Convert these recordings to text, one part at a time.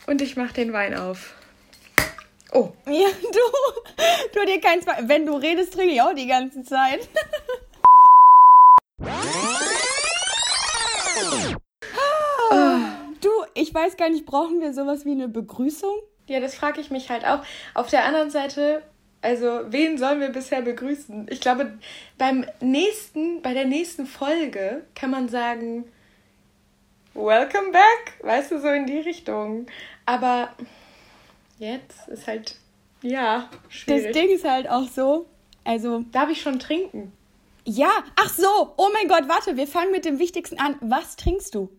Und ich mache den Wein auf. Oh. Ja, du dir kein Zweifel. Wenn du redest, trinke ich auch die ganze Zeit. Du, ich weiß gar nicht, brauchen wir sowas wie eine Begrüßung? Ja, das frage ich mich halt auch. Auf der anderen Seite, also wen sollen wir bisher begrüßen? Ich glaube, bei der nächsten Folge kann man sagen, welcome back, weißt du, so in die Richtung. Aber jetzt ist halt, ja, schwierig. Das Ding ist halt auch so, also... Darf ich schon trinken? Ja, ach so, oh mein Gott, warte, wir fangen mit dem Wichtigsten an. Was trinkst du?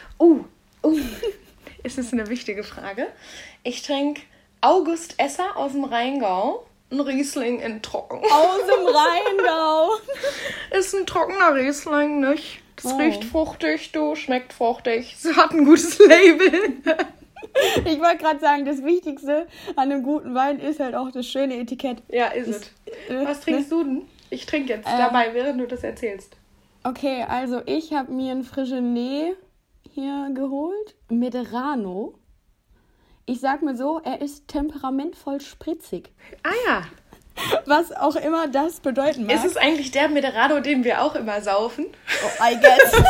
Ist das eine wichtige Frage? Ich trinke August Esser aus dem Rheingau. Ein Riesling in trocken. Aus dem Rheingau. Ist ein trockener Riesling, nicht? Das riecht fruchtig, schmeckt fruchtig. Es hat ein gutes Label. Ich wollte gerade sagen, das Wichtigste an einem guten Wein ist halt auch das schöne Etikett. Ja, ist es. Was trinkst du denn? Ich trinke jetzt dabei, während du das erzählst. Okay, also ich habe mir ein Frigenet hier geholt. Medrano. Ich sag mal so, er ist temperamentvoll spritzig. Ah ja. Was auch immer das bedeuten mag. Ist es eigentlich der Medrano, den wir auch immer saufen? Oh, I guess.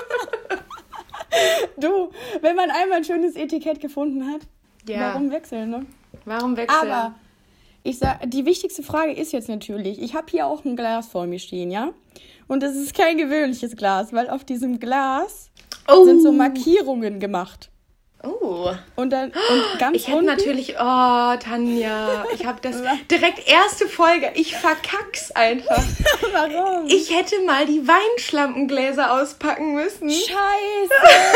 Du, wenn man einmal ein schönes Etikett gefunden hat, warum wechseln, ne? Warum wechseln? Aber ich sag, die wichtigste Frage ist jetzt natürlich, ich habe hier auch ein Glas vor mir stehen, ja? Und es ist kein gewöhnliches Glas, weil auf diesem Glas sind so Markierungen gemacht. Oh. Und dann ganz ich hätte natürlich, Tanja, ich habe das direkt erste Folge, ich verkack's einfach. Warum? Ich hätte mal die Weinschlampengläser auspacken müssen. Scheiße.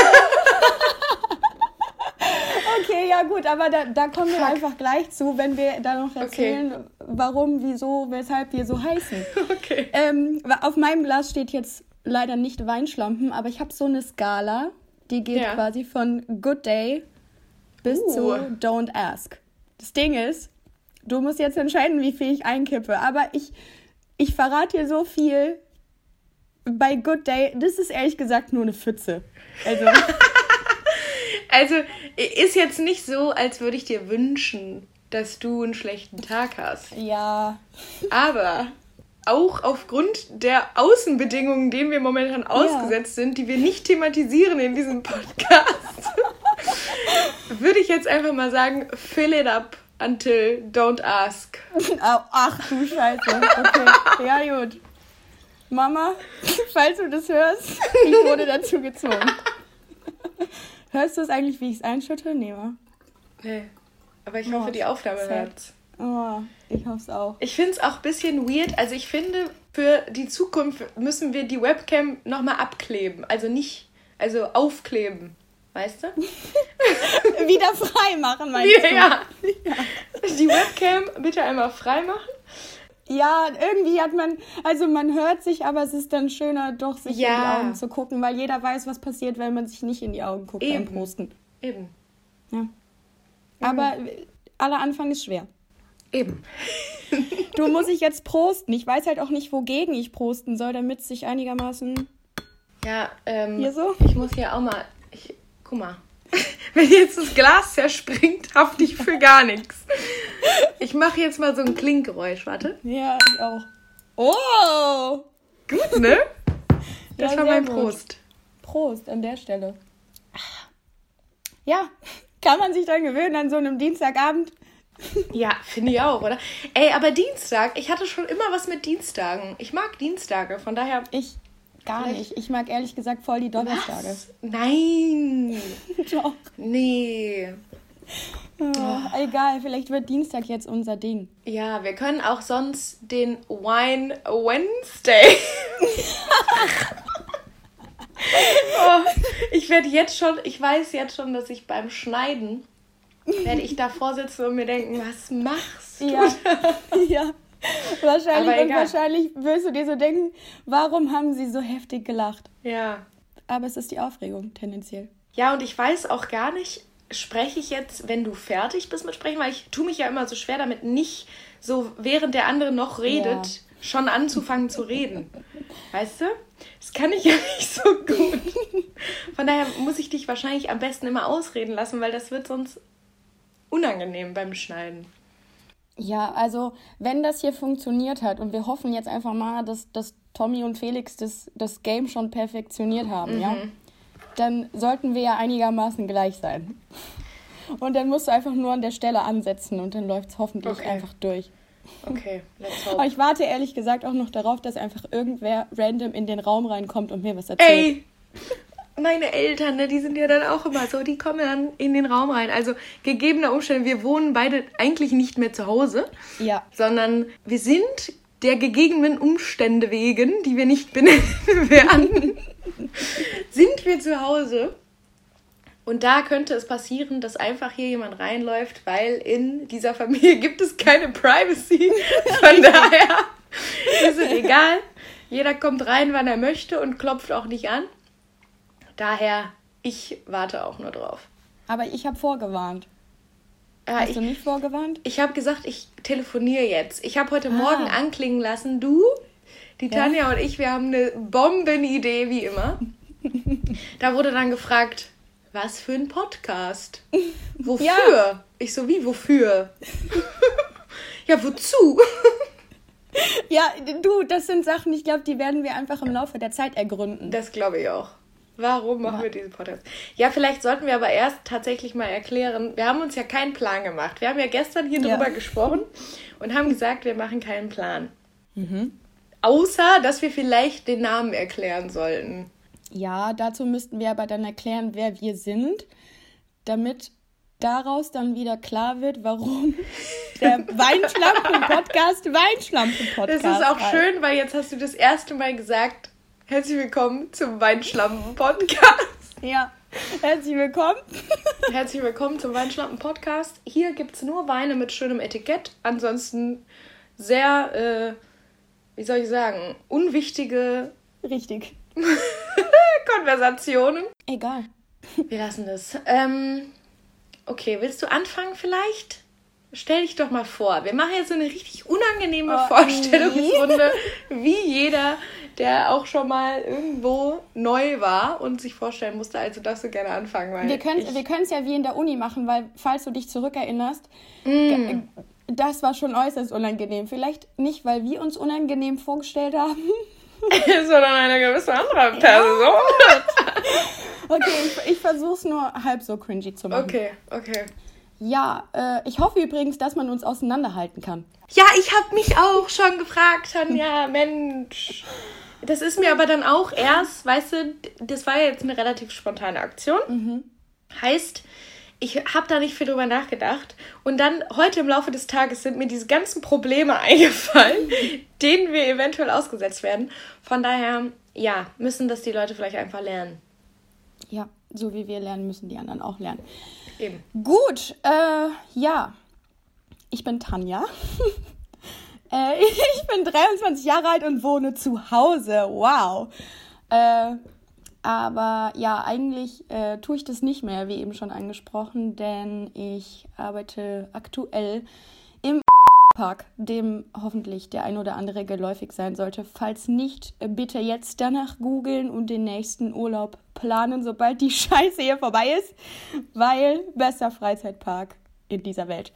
Okay, ja gut, aber da kommen wir einfach gleich zu, wenn wir da noch erzählen, warum, wieso, weshalb wir so heißen. Okay. Auf meinem Glas steht jetzt leider nicht Weinschlampen, aber ich habe so eine Skala, die geht quasi von Good Day bis zu Don't Ask. Das Ding ist, du musst jetzt entscheiden, wie viel ich einkippe, aber ich verrate dir so viel. Bei Good Day, das ist ehrlich gesagt nur eine Pfütze. Also, ist jetzt nicht so, als würde ich dir wünschen, dass du einen schlechten Tag hast. Ja. Aber auch aufgrund der Außenbedingungen, denen wir momentan ausgesetzt sind, die wir nicht thematisieren in diesem Podcast, würde ich jetzt einfach mal sagen, fill it up until don't ask. Ach du Scheiße. Okay, ja gut. Mama, falls du das hörst, ich wurde dazu gezwungen. Hörst du es eigentlich, wie ich es einschütte? Nee, wa? Nee, aber ich hoffe, die Aufnahme hört's. Oh, ich hoffe es auch. Ich finde es auch ein bisschen weird. Also ich finde, für die Zukunft müssen wir die Webcam nochmal abkleben. Also aufkleben. Weißt du? Wieder frei machen, meinst du? Ja. Die Webcam bitte einmal frei machen. Ja, irgendwie man hört sich, aber es ist dann schöner, doch sich in die Augen zu gucken, weil jeder weiß, was passiert, wenn man sich nicht in die Augen guckt beim Posten. Eben. Ja. Aber aller Anfang ist schwer. Eben. Du, muss ich jetzt prosten? Ich weiß halt auch nicht, wogegen ich prosten soll, damit es sich einigermaßen... Ja, hier so? Ich muss hier auch mal... Guck mal. Wenn jetzt das Glas zerspringt, hafte ich für gar nichts. Ich mache jetzt mal so ein Klinkgeräusch, warte. Ja, ich auch. Oh! Gut, ne? Das ja, war mein gut. Prost. Prost an der Stelle. Ja, kann man sich dann gewöhnen an so einem Dienstagabend? Ja, finde ich auch, oder? Ey, aber Dienstag, ich hatte schon immer was mit Dienstagen. Ich mag Dienstage, von daher... Ich gar nicht. Ich mag ehrlich gesagt voll die Donnerstage. Was? Nein. Doch. Nee. Oh, egal, vielleicht wird Dienstag jetzt unser Ding. Ja, wir können auch sonst den Wine Wednesday. Ich weiß jetzt schon, dass ich beim Schneiden werde ich davor sitzen und mir denken, was machst du? Ja. Wahrscheinlich wirst du dir so denken, warum haben sie so heftig gelacht? Ja. Aber es ist die Aufregung tendenziell. Ja, und ich weiß auch gar nicht, spreche ich jetzt, wenn du fertig bist mit Sprechen, weil ich tue mich ja immer so schwer damit, nicht so während der andere noch redet, schon anzufangen zu reden. Weißt du? Das kann ich ja nicht so gut. Von daher muss ich dich wahrscheinlich am besten immer ausreden lassen, weil das wird sonst unangenehm beim Schneiden. Ja, also wenn das hier funktioniert hat und wir hoffen jetzt einfach mal, dass Tommy und Felix das Game schon perfektioniert haben, ja, dann sollten wir ja einigermaßen gleich sein. Und dann musst du einfach nur an der Stelle ansetzen und dann läuft es hoffentlich einfach durch. Okay, let's hope. Aber ich warte ehrlich gesagt auch noch darauf, dass einfach irgendwer random in den Raum reinkommt und mir was erzählt. Ey, meine Eltern, ne, die sind ja dann auch immer so, die kommen dann in den Raum rein. Also gegebener Umständen, wir wohnen beide eigentlich nicht mehr zu Hause, sondern wir sind der gegebenen Umstände wegen, die wir nicht benennen werden, sind wir zu Hause. Und da könnte es passieren, dass einfach hier jemand reinläuft, weil in dieser Familie gibt es keine Privacy. Von daher ist es egal. Jeder kommt rein, wann er möchte und klopft auch nicht an. Daher, ich warte auch nur drauf. Aber ich habe vorgewarnt. Hast du nicht vorgewarnt? Ich habe gesagt, ich telefoniere jetzt. Ich habe heute Morgen anklingen lassen, die Tanja und ich, wir haben eine Bombenidee, wie immer. Da wurde dann gefragt, was für ein Podcast? Wofür? Ja. Ich so, wie, wofür? Ja, wozu? Ja, du, das sind Sachen, ich glaube, die werden wir einfach im Laufe der Zeit ergründen. Das glaube ich auch. Warum machen wir diesen Podcast? Ja, vielleicht sollten wir aber erst tatsächlich mal erklären, wir haben uns ja keinen Plan gemacht. Wir haben ja gestern hier drüber gesprochen und haben gesagt, wir machen keinen Plan. Außer, dass wir vielleicht den Namen erklären sollten. Ja, dazu müssten wir aber dann erklären, wer wir sind, damit daraus dann wieder klar wird, warum der Weinschlampen-Podcast Weinschlampen-Podcast Das ist auch schön, weil jetzt hast du das erste Mal gesagt, herzlich willkommen zum Weinschlampen-Podcast. Ja, herzlich willkommen. Herzlich willkommen zum Weinschlampen-Podcast. Hier gibt es nur Weine mit schönem Etikett, ansonsten sehr, wie soll ich sagen, unwichtige... Richtig. Konversationen. Egal. Wir lassen das. Okay, willst du anfangen vielleicht? Stell dich doch mal vor. Wir machen jetzt so eine richtig unangenehme Vorstellungsrunde, wie jeder, der auch schon mal irgendwo neu war und sich vorstellen musste. Also darfst du gerne anfangen. Weil wir können es ja wie in der Uni machen, weil, falls du dich zurückerinnerst, das war schon äußerst unangenehm. Vielleicht nicht, weil wir uns unangenehm vorgestellt haben, sondern eine gewisse andere Person. Okay, ich versuch's nur halb so cringy zu machen. Okay. Ja, ich hoffe übrigens, dass man uns auseinanderhalten kann. Ja, ich habe mich auch schon gefragt, Tanja, Mensch. Das ist mir aber dann auch erst, weißt du, das war ja jetzt eine relativ spontane Aktion. Heißt, ich habe da nicht viel drüber nachgedacht. Und dann heute im Laufe des Tages sind mir diese ganzen Probleme eingefallen, denen wir eventuell ausgesetzt werden. Von daher, ja, müssen das die Leute vielleicht einfach lernen. Ja, so wie wir lernen, müssen die anderen auch lernen. Eben. Gut, ja. Ich bin Tanja. Ich bin 23 Jahre alt und wohne zu Hause. Wow. Aber ja, eigentlich tue ich das nicht mehr, wie eben schon angesprochen, denn ich arbeite aktuell im Park, dem hoffentlich der ein oder andere geläufig sein sollte. Falls nicht, bitte jetzt danach googeln und den nächsten Urlaub planen, sobald die Scheiße hier vorbei ist, weil bester Freizeitpark in dieser Welt.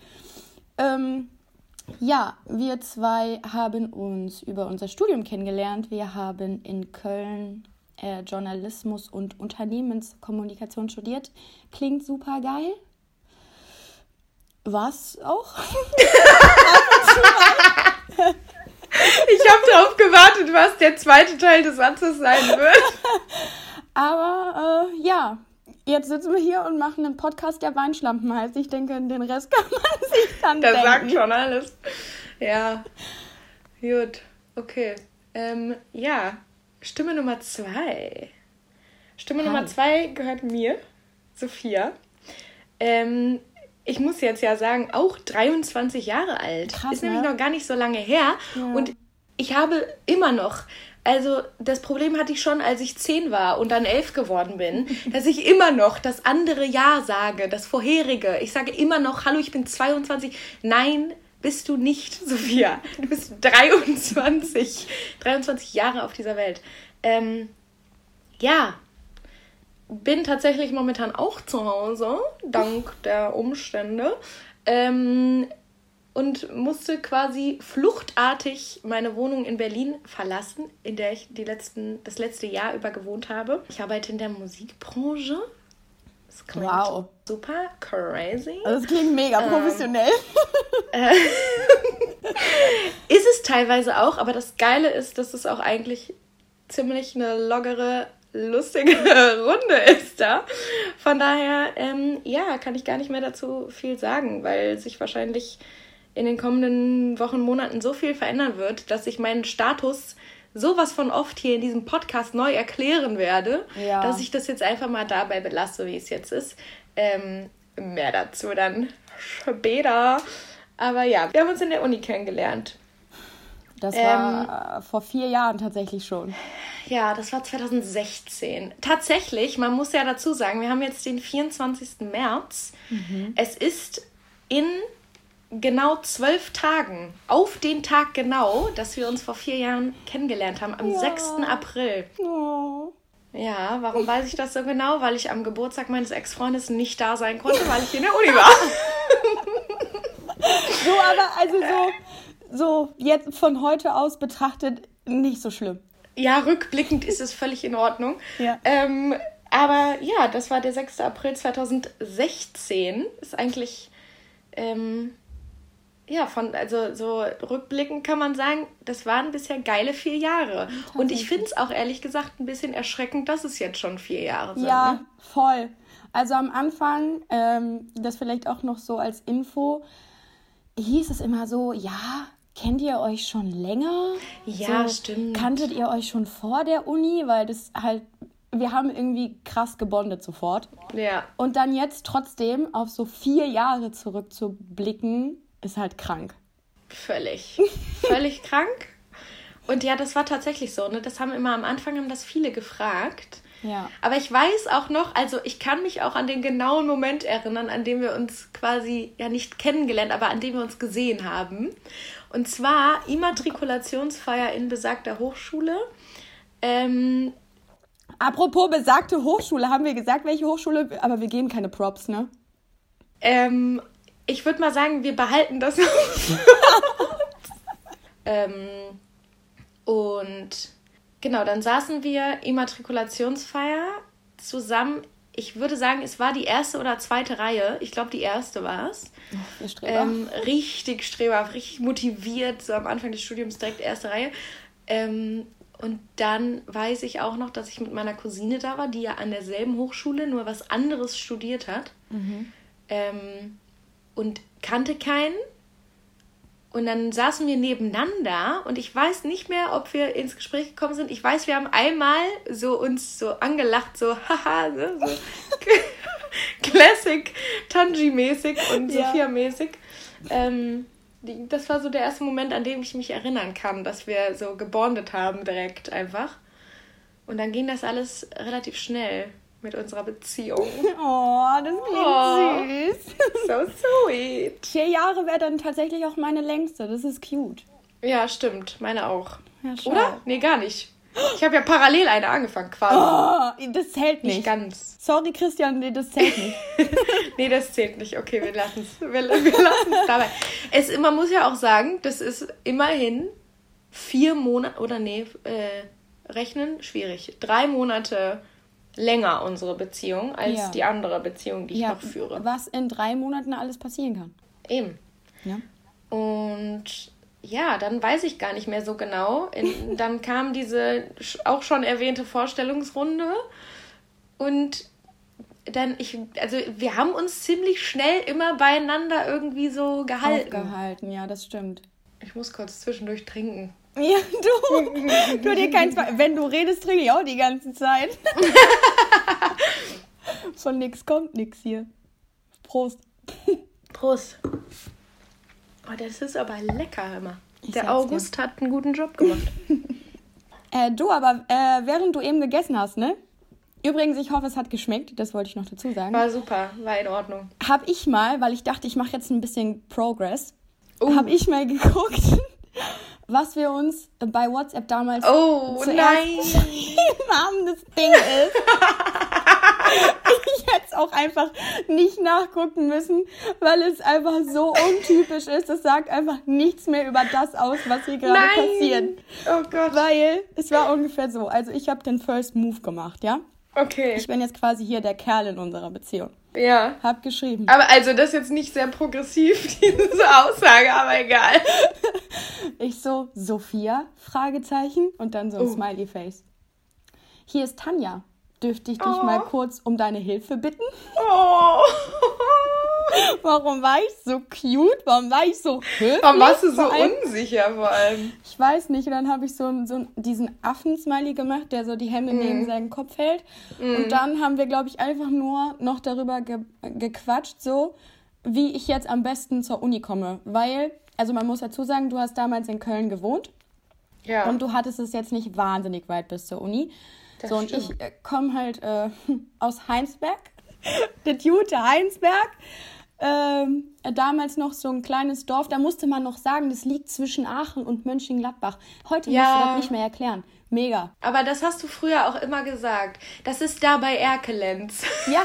Ja, wir zwei haben uns über unser Studium kennengelernt. Wir haben in Köln Journalismus und Unternehmenskommunikation studiert. Klingt super geil. Was auch? Ich habe darauf gewartet, was der zweite Teil des Satzes sein wird. Aber ja, jetzt sitzen wir hier und machen einen Podcast, der Weinschlampen heißt. Ich denke, den Rest kann man sich dann denken. Das sagt schon alles. Ja, gut, okay. Ja, Stimme Nummer 2. Stimme Nummer 2 gehört mir, Sophia. Ich muss jetzt ja sagen, auch 23 Jahre alt. Krass, ist nämlich noch gar nicht so lange her. Ja. Und ich habe immer noch, also das Problem hatte ich schon, als ich 10 war und dann 11 geworden bin, dass ich immer noch das andere Jahr sage, das vorherige. Ich sage immer noch, hallo, ich bin 22. Nein, bist du nicht, Sophia. Du bist 23 Jahre auf dieser Welt. Ja, bin tatsächlich momentan auch zu Hause, dank der Umstände. Und musste quasi fluchtartig meine Wohnung in Berlin verlassen, in der ich das letzte Jahr über gewohnt habe. Ich arbeite in der Musikbranche. Das klingt super crazy. Also das klingt mega professionell. Ist es teilweise auch, aber das Geile ist, dass es auch eigentlich ziemlich eine lockere, lustige Runde ist da. Von daher, kann ich gar nicht mehr dazu viel sagen, weil sich wahrscheinlich in den kommenden Wochen, Monaten so viel verändern wird, dass ich meinen Status sowas von oft hier in diesem Podcast neu erklären werde, dass ich das jetzt einfach mal dabei belasse, wie es jetzt ist. Mehr dazu dann später. Aber ja, wir haben uns in der Uni kennengelernt. Das war vor 4 Jahren tatsächlich schon. Ja, das war 2016. Tatsächlich, man muss ja dazu sagen, wir haben jetzt den 24. März. Es ist in genau 12 Tagen, auf den Tag genau, dass wir uns vor 4 Jahren kennengelernt haben, am 6. April. Oh. Ja, warum weiß ich das so genau? Weil ich am Geburtstag meines Ex-Freundes nicht da sein konnte, weil ich in der Uni war. So jetzt von heute aus betrachtet nicht so schlimm. Ja, rückblickend ist es völlig in Ordnung. Ja. Aber ja, das war der 6. April 2016. Ist eigentlich, so rückblickend kann man sagen, das waren bisher geile 4 Jahre. Und ich finde es auch ehrlich gesagt ein bisschen erschreckend, dass es jetzt schon 4 Jahre sind. Ja, ne? voll. Also am Anfang, das vielleicht auch noch so als Info, hieß es immer so, ja, kennt ihr euch schon länger? Ja, so, stimmt. Kanntet ihr euch schon vor der Uni? Weil das halt, wir haben irgendwie krass gebondet sofort. Ja. Und dann jetzt trotzdem auf so 4 Jahre zurückzublicken, ist halt krank. Völlig krank. Und ja, das war tatsächlich so, ne? Das haben am Anfang das viele gefragt. Ja. Aber ich weiß auch noch, also ich kann mich auch an den genauen Moment erinnern, an dem wir uns quasi, ja nicht kennengelernt, aber an dem wir uns gesehen haben. Und zwar Immatrikulationsfeier in besagter Hochschule. Apropos besagte Hochschule, haben wir gesagt, welche Hochschule, aber wir geben keine Props, ne? Ich würde mal sagen, wir behalten das. Und genau, dann saßen wir Immatrikulationsfeier zusammen. Ich würde sagen, es war die 1. oder 2. Reihe. Ich glaube, die 1. war es. Richtig streberhaft, richtig motiviert. So am Anfang des Studiums direkt 1. Reihe. Und dann weiß ich auch noch, dass ich mit meiner Cousine da war, die ja an derselben Hochschule nur was anderes studiert hat. Und kannte keinen. Und dann saßen wir nebeneinander und ich weiß nicht mehr, ob wir ins Gespräch gekommen sind. Ich weiß, wir haben einmal so uns so angelacht, so haha, so Classic Tanji-mäßig und Sophia-mäßig. Das war so der erste Moment, an dem ich mich erinnern kann, dass wir so gebondet haben direkt einfach. Und dann ging das alles relativ schnell mit unserer Beziehung. Oh, das klingt süß. So sweet. 4 Jahre wäre dann tatsächlich auch meine längste. Das ist cute. Ja, stimmt. Meine auch. Ja, oder? Nee, gar nicht. Ich habe ja parallel eine angefangen quasi. Oh, das zählt nicht. Nicht ganz. Sorry, Christian, nee, das zählt nicht. Nee, das zählt nicht. Okay, wir lassen es. Wir lassen es dabei. Man muss ja auch sagen, das ist immerhin 4 Monate, oder rechnen, schwierig. 3 Monate länger unsere Beziehung als die andere Beziehung, die ich noch führe. Was in 3 Monaten alles passieren kann. Eben. Ja. Und ja, dann weiß ich gar nicht mehr so genau. Dann kam diese auch schon erwähnte Vorstellungsrunde und dann wir haben uns ziemlich schnell immer beieinander irgendwie so gehalten. Aufgehalten, ja, das stimmt. Ich muss kurz zwischendurch trinken. Ja, du dir kein Zweifel. Wenn du redest, trinke ich auch die ganze Zeit. Von nix kommt nix hier. Prost. Prost. Oh, das ist aber lecker, hör mal. Der August hat einen guten Job gemacht. Während du eben gegessen hast, ne? Übrigens, ich hoffe, es hat geschmeckt. Das wollte ich noch dazu sagen. War super, war in Ordnung. Hab ich mal, weil ich dachte, ich mache jetzt ein bisschen Progress. habe ich mal geguckt, was wir uns bei WhatsApp damals zuerst geschrieben haben. Das Ding ist, ich hätte es auch einfach nicht nachgucken müssen, weil es einfach so untypisch ist. Es sagt einfach nichts mehr über das aus, was hier gerade passiert. Oh Gott. Weil es war ungefähr so. Also ich habe den First Move gemacht, ja? Okay. Ich bin jetzt quasi hier der Kerl in unserer Beziehung. Ja. Hab geschrieben. Aber also das ist jetzt nicht sehr progressiv, diese Aussage, aber egal. Ich so, Sophia? Fragezeichen. Und dann so ein Smiley-Face. Hier ist Tanja. Dürfte ich dich mal kurz um deine Hilfe bitten? Oh. Warum war ich so cute? Warum war ich so höflich? Warum warst du so unsicher vor allem? Ich weiß nicht. Und dann habe ich so diesen Affen-Smiley gemacht, der so die Hände neben seinen Kopf hält. Und dann haben wir, glaube ich, einfach nur noch darüber gequatscht, so wie ich jetzt am besten zur Uni komme. Weil, also man muss dazu sagen, du hast damals in Köln gewohnt. Ja. Und du hattest es jetzt nicht wahnsinnig weit bis zur Uni. Das so, und stimmt. Ich komme halt aus Heinsberg, der gute Heinsberg. Damals noch so ein kleines Dorf, da musste man noch sagen, das liegt zwischen Aachen und Mönchengladbach. Heute musst du das nicht mehr erklären. Mega. Aber das hast du früher auch immer gesagt. Das ist da bei Erkelenz. Ja.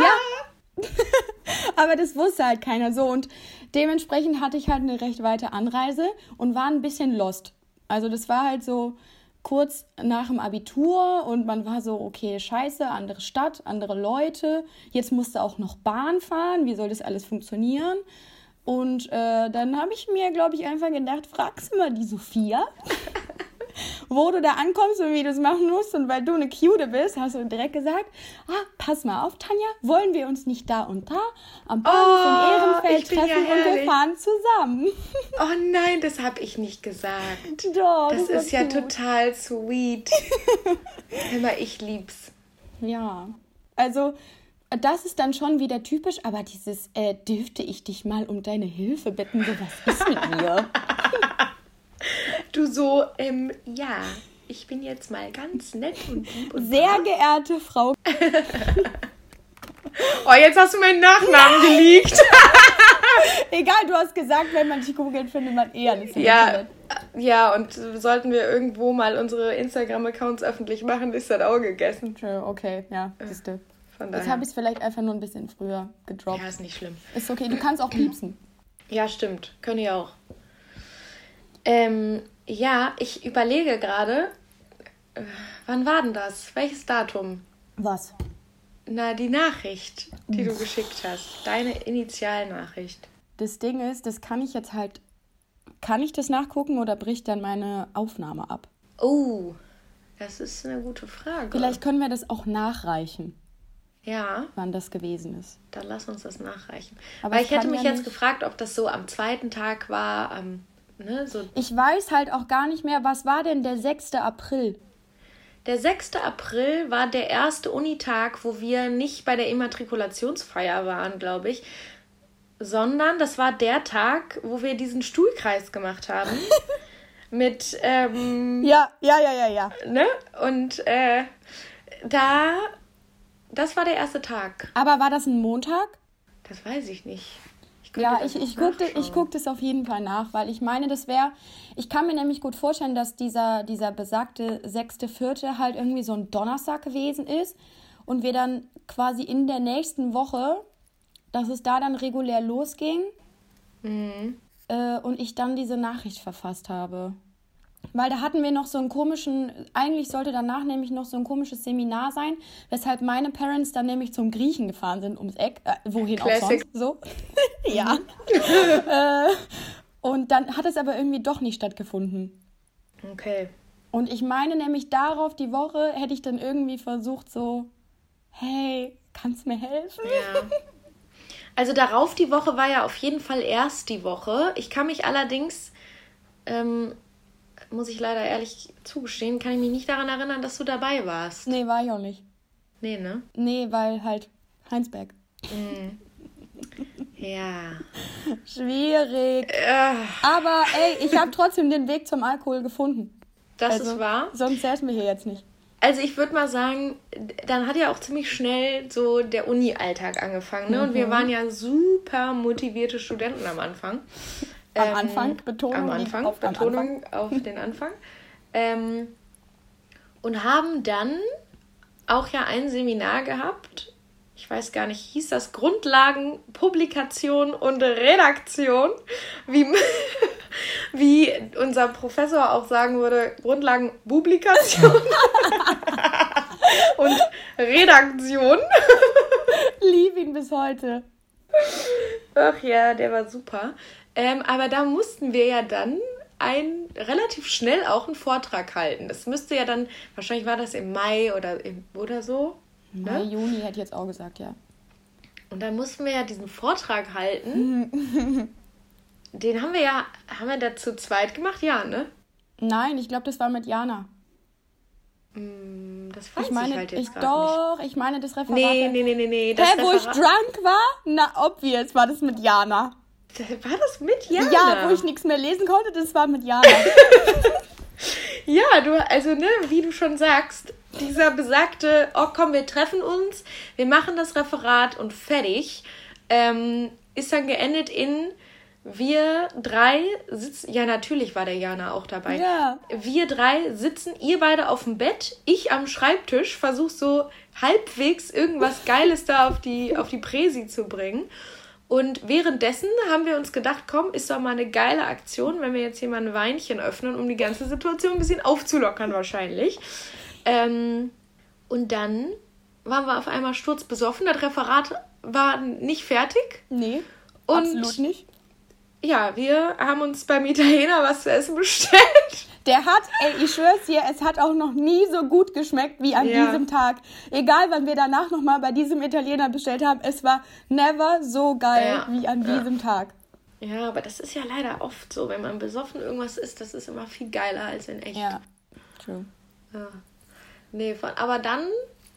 Aber das wusste halt keiner so. Und dementsprechend hatte ich halt eine recht weite Anreise und war ein bisschen lost. Also das war halt so kurz nach dem Abitur und man war so, okay, scheiße, andere Stadt, andere Leute, jetzt musst du auch noch Bahn fahren, wie soll das alles funktionieren? Und dann habe ich mir, glaube ich, einfach gedacht, fragst du mal die Sophia, wo du da ankommst und wie du es machen musst. Und weil du eine Cute bist, hast du direkt gesagt, pass mal auf, Tanja, wollen wir uns nicht da und da am Bahnhof in Ehrenfeld treffen und wir fahren zusammen. Oh nein, das habe ich nicht gesagt. Doch, das ist ja total sweet. Immer, ich lieb's. Ja, also das ist dann schon wieder typisch, aber dieses, dürfte ich dich mal um deine Hilfe bitten, so was ist mit mir? Du so, ja, ich bin jetzt mal ganz nett und lieb und sehr geehrte Frau. Oh, jetzt hast du meinen Nachnamen geleakt. Egal, du hast gesagt, wenn man dich googelt, findet man eher alles im Internet. Ja, und sollten wir irgendwo mal unsere Instagram-Accounts öffentlich machen, ist das auch gegessen. Okay, ja, siehst du. Jetzt habe ich es vielleicht einfach nur ein bisschen früher gedroppt. Ja, ist nicht schlimm. Ist okay, du kannst auch piepsen. Ja, stimmt. Können die auch. Ja, ich überlege gerade, wann war denn das? Welches Datum? Was? Na, die Nachricht, die du geschickt hast. Deine Initialnachricht. Das Ding ist, das kann ich jetzt halt... Kann ich das nachgucken oder bricht dann meine Aufnahme ab? Oh, das ist eine gute Frage. Vielleicht können wir das auch nachreichen. Ja. Wann das gewesen ist. Dann lass uns das nachreichen. Aber ich hätte mich jetzt gefragt, ob das so am zweiten Tag war, ne, so. Ich weiß halt auch gar nicht mehr, was war denn der 6. April? Der 6. April war der erste Unitag, wo wir nicht bei der Immatrikulationsfeier waren, glaube ich, sondern das war der Tag, wo wir diesen Stuhlkreis gemacht haben. Mit, Ja. Ne? Und, das war der erste Tag. Aber war das ein Montag? Das weiß ich nicht. Ich guck das auf jeden Fall nach, weil ich meine, ich kann mir nämlich gut vorstellen, dass dieser besagte 6.4. halt irgendwie so ein Donnerstag gewesen ist und wir dann quasi in der nächsten Woche, dass es da dann regulär losging und ich dann diese Nachricht verfasst habe. Weil da hatten wir noch so einen eigentlich sollte danach nämlich noch so ein komisches Seminar sein, weshalb meine Parents dann nämlich zum Griechen gefahren sind, ums Eck, wohin Classic. Auch sonst, so. Ja. Und dann hat es aber irgendwie doch nicht stattgefunden. Okay. Und ich meine nämlich darauf die Woche hätte ich dann irgendwie versucht so, hey, kannst mir helfen? Ja. Also darauf die Woche war ja auf jeden Fall erst die Woche. Ich kann mich allerdings... muss ich leider ehrlich zugestehen, kann ich mich nicht daran erinnern, dass du dabei warst. Nee, war ich auch nicht. Nee, ne? Nee, weil halt Heinsberg. Ja. Schwierig. Aber ey, ich habe trotzdem den Weg zum Alkohol gefunden. Das ist wahr. Sonst säßen wir hier jetzt nicht. Also ich würde mal sagen, dann hat ja auch ziemlich schnell so der Uni-Alltag angefangen. Ne? Und wir waren ja super motivierte Studenten am Anfang. Am Anfang, Betonung auf den Anfang. Und haben dann auch ja ein Seminar gehabt, ich weiß gar nicht, hieß das Grundlagen, Publikation und Redaktion, wie unser Professor auch sagen würde, Grundlagen, Publikation und Redaktion. Lieb ihn bis heute. Ach ja, der war super. Aber da mussten wir ja dann relativ schnell auch einen Vortrag halten. Das müsste ja dann, wahrscheinlich war das im Mai oder so. Mai, Juni hätte ich jetzt auch gesagt, ja. Und dann mussten wir ja diesen Vortrag halten. Den haben wir da zu zweit gemacht? Ja, ne? Nein, ich glaube, das war mit Jana. Das weiß ich halt jetzt gerade nicht. Doch, ich meine das Referat. Nee. Das wo ich drunk war? Na, obvious, war das mit Jana. War das mit Jana? Ja, wo ich nichts mehr lesen konnte, das war mit Jana. Ja, wie du schon sagst, dieser besagte, oh komm, wir treffen uns, wir machen das Referat und fertig, ist dann geendet in, wir drei sitzen, ja natürlich war der Jana auch dabei, ja. Wir drei sitzen, ihr beide auf dem Bett, ich am Schreibtisch, versuch so halbwegs irgendwas Geiles da auf die Präsi zu bringen. Und währenddessen haben wir uns gedacht, komm, ist doch mal eine geile Aktion, wenn wir jetzt hier mal ein Weinchen öffnen, um die ganze Situation ein bisschen aufzulockern wahrscheinlich. Und dann waren wir auf einmal sturzbesoffen. Das Referat war nicht fertig. Nee, und absolut nicht. Ja, wir haben uns beim Italiener was zu essen bestellt. Der hat, ich schwör's dir, es hat auch noch nie so gut geschmeckt wie an diesem Tag. Egal, wann wir danach nochmal bei diesem Italiener bestellt haben, es war never so geil wie an diesem Tag. Ja, aber das ist ja leider oft so, wenn man besoffen irgendwas isst, das ist immer viel geiler als in echt. Ja, true. Ja. Nee, aber dann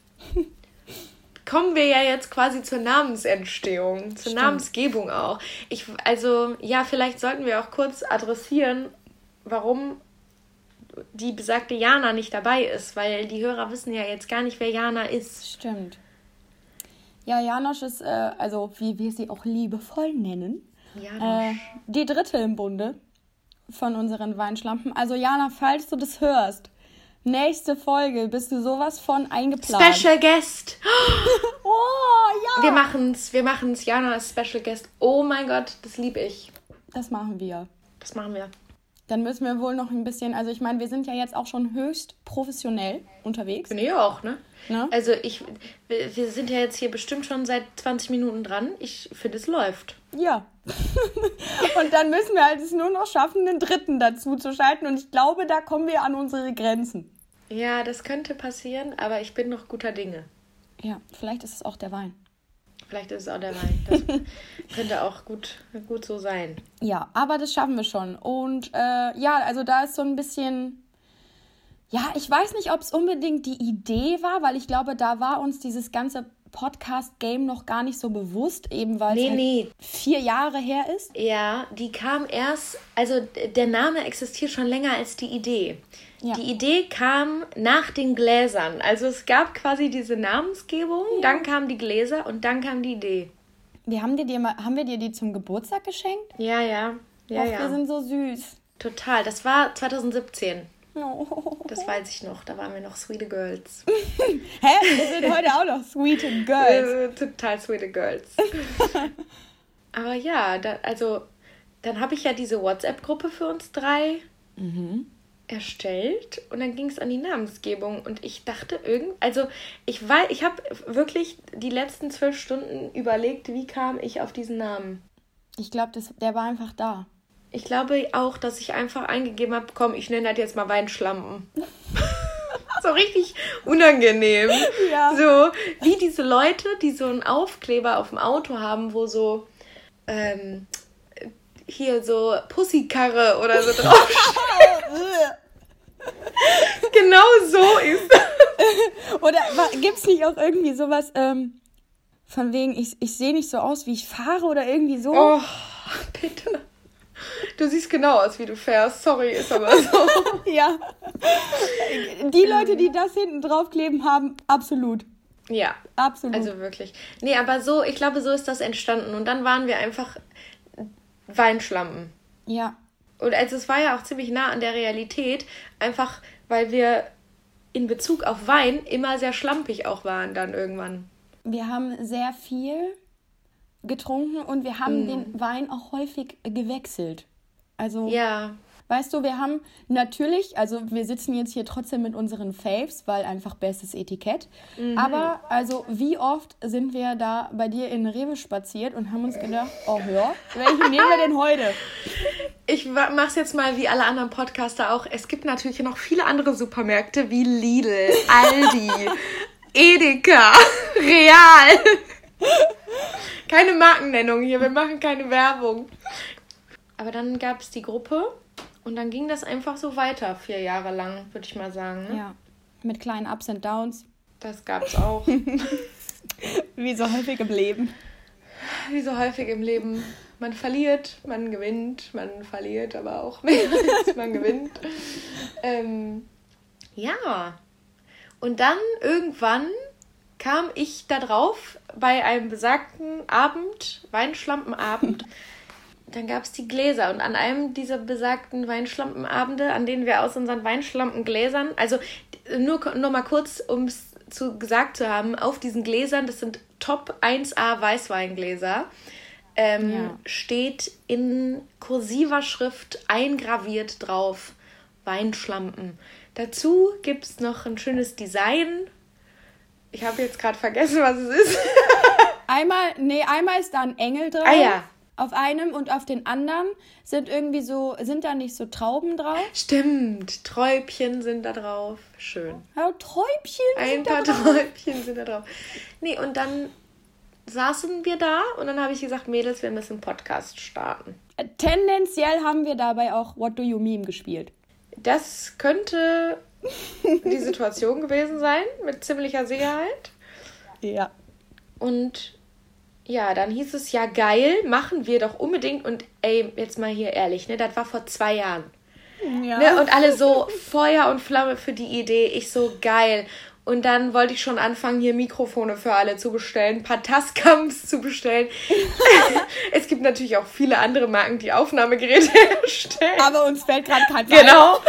kommen wir ja jetzt quasi zur Namensentstehung, zur Namensgebung auch. Vielleicht sollten wir auch kurz adressieren, warum die besagte Jana nicht dabei ist, weil die Hörer wissen ja jetzt gar nicht, wer Jana ist. Stimmt. Ja, Janosch ist, wie wir sie auch liebevoll nennen, die dritte im Bunde von unseren Weinschlampen. Also Jana, falls du das hörst, nächste Folge bist du sowas von eingeplant. Special Guest. Oh, ja. Wir machen's. Jana ist Special Guest. Oh mein Gott, das liebe ich. Das machen wir. Dann müssen wir wohl noch ein bisschen, also ich meine, wir sind ja jetzt auch schon höchst professionell unterwegs. Bin ich auch, ne? Also wir sind ja jetzt hier bestimmt schon seit 20 Minuten dran. Ich finde, es läuft. Ja. Und dann müssen wir halt es nur noch schaffen, einen dritten dazu zu schalten. Und ich glaube, da kommen wir an unsere Grenzen. Ja, das könnte passieren, aber ich bin noch guter Dinge. Ja, vielleicht ist es auch der Wein. Vielleicht ist es auch der Wein. Das könnte auch gut so sein. Ja, aber das schaffen wir schon. Und also da ist so ein bisschen... Ja, ich weiß nicht, ob es unbedingt die Idee war, weil ich glaube, da war uns dieses ganze Podcast-Game noch gar nicht so bewusst, eben weil es 4 Jahre her ist. Ja, die kam erst... Also der Name existiert schon länger als die Idee. Ja. Die Idee kam nach den Gläsern. Also es gab quasi diese Namensgebung, dann kamen die Gläser und dann kam die Idee. Haben wir dir die zum Geburtstag geschenkt? Ja. Wir sind so süß. Total, das war 2017. Oh. Das weiß ich noch, da waren wir noch Sweet Girls. Hä? Wir sind heute auch noch Sweet Girls. Total Sweet Girls. Aber ja, dann habe ich ja diese WhatsApp-Gruppe für uns 3 erstellt und dann ging es an die Namensgebung und ich dachte ich habe wirklich die letzten 12 Stunden überlegt, wie kam ich auf diesen Namen. Ich glaube, der war einfach da. Ich glaube auch, dass ich einfach eingegeben habe, komm, ich nenne das jetzt mal Weinschlampen. So richtig unangenehm. Ja. So wie diese Leute, die so einen Aufkleber auf dem Auto haben, wo so hier so Pussykarre oder so draufsteht. Genau so ist das. Oder gibt's nicht auch irgendwie sowas, von wegen, ich sehe nicht so aus, wie ich fahre oder irgendwie so? Oh, bitte. Du siehst genau aus, wie du fährst. Sorry, ist aber so. Ja. Die Leute, die das hinten draufkleben haben, absolut. Ja. Absolut. Also wirklich. Nee, aber ich glaube, so ist das entstanden. Und dann waren wir einfach Weinschlampen. Ja. Und also es war ja auch ziemlich nah an der Realität, einfach weil wir in Bezug auf Wein immer sehr schlampig auch waren dann irgendwann. Wir haben sehr viel getrunken und wir haben den Wein auch häufig gewechselt. Also, ja. Weißt du, wir haben natürlich, also wir sitzen jetzt hier trotzdem mit unseren Faves, weil einfach bestes Etikett. Aber also wie oft sind wir da bei dir in Rewe spaziert und haben uns gedacht, oh ja, welchen nehmen wir denn heute? Ich mach's jetzt mal wie alle anderen Podcaster auch. Es gibt natürlich noch viele andere Supermärkte wie Lidl, Aldi, Edeka, Real. Keine Markennennung hier, wir machen keine Werbung. Aber dann gab es die Gruppe und dann ging das einfach so weiter, 4 Jahre lang, würde ich mal sagen. Ne? Ja, mit kleinen Ups und Downs. Das gab's auch. Wie so häufig im Leben. Wie so häufig im Leben. Man verliert, man gewinnt, man verliert aber auch mehr, als man gewinnt. Ja. Und dann irgendwann kam ich da drauf bei einem besagten Abend, Weinschlampenabend. Dann gab es die Gläser und an einem dieser besagten Weinschlampenabende, an denen wir aus unseren Weinschlampengläsern, also nur mal kurz, um es gesagt zu haben, auf diesen Gläsern, das sind Top 1A Weißweingläser, steht in kursiver Schrift eingraviert drauf Weinschlampen. Dazu gibt es noch ein schönes Design. Ich habe jetzt gerade vergessen, was es ist. Einmal ist da ein Engel drauf. Ah ja. Auf einem und auf den anderen sind da nicht so Trauben drauf? Stimmt, Träubchen sind da drauf. Schön. Ja, Träubchen ein paar Träubchen sind da drauf. Nee, und dann saßen wir da und dann habe ich gesagt, Mädels, wir müssen einen Podcast starten. Tendenziell haben wir dabei auch What Do You Meme gespielt. Das könnte die Situation gewesen sein, mit ziemlicher Sicherheit. Ja. Und ja, dann hieß es, ja geil, machen wir doch unbedingt. Und ey, jetzt mal hier ehrlich, ne, das war vor 2 Jahren. Ja. Ne, und alle so Feuer und Flamme für die Idee. Ich so, geil. Und dann wollte ich schon anfangen, hier Mikrofone für alle zu bestellen, ein paar Tascams zu bestellen. Es gibt natürlich auch viele andere Marken, die Aufnahmegeräte herstellen. Aber uns fällt gerade kein Genau.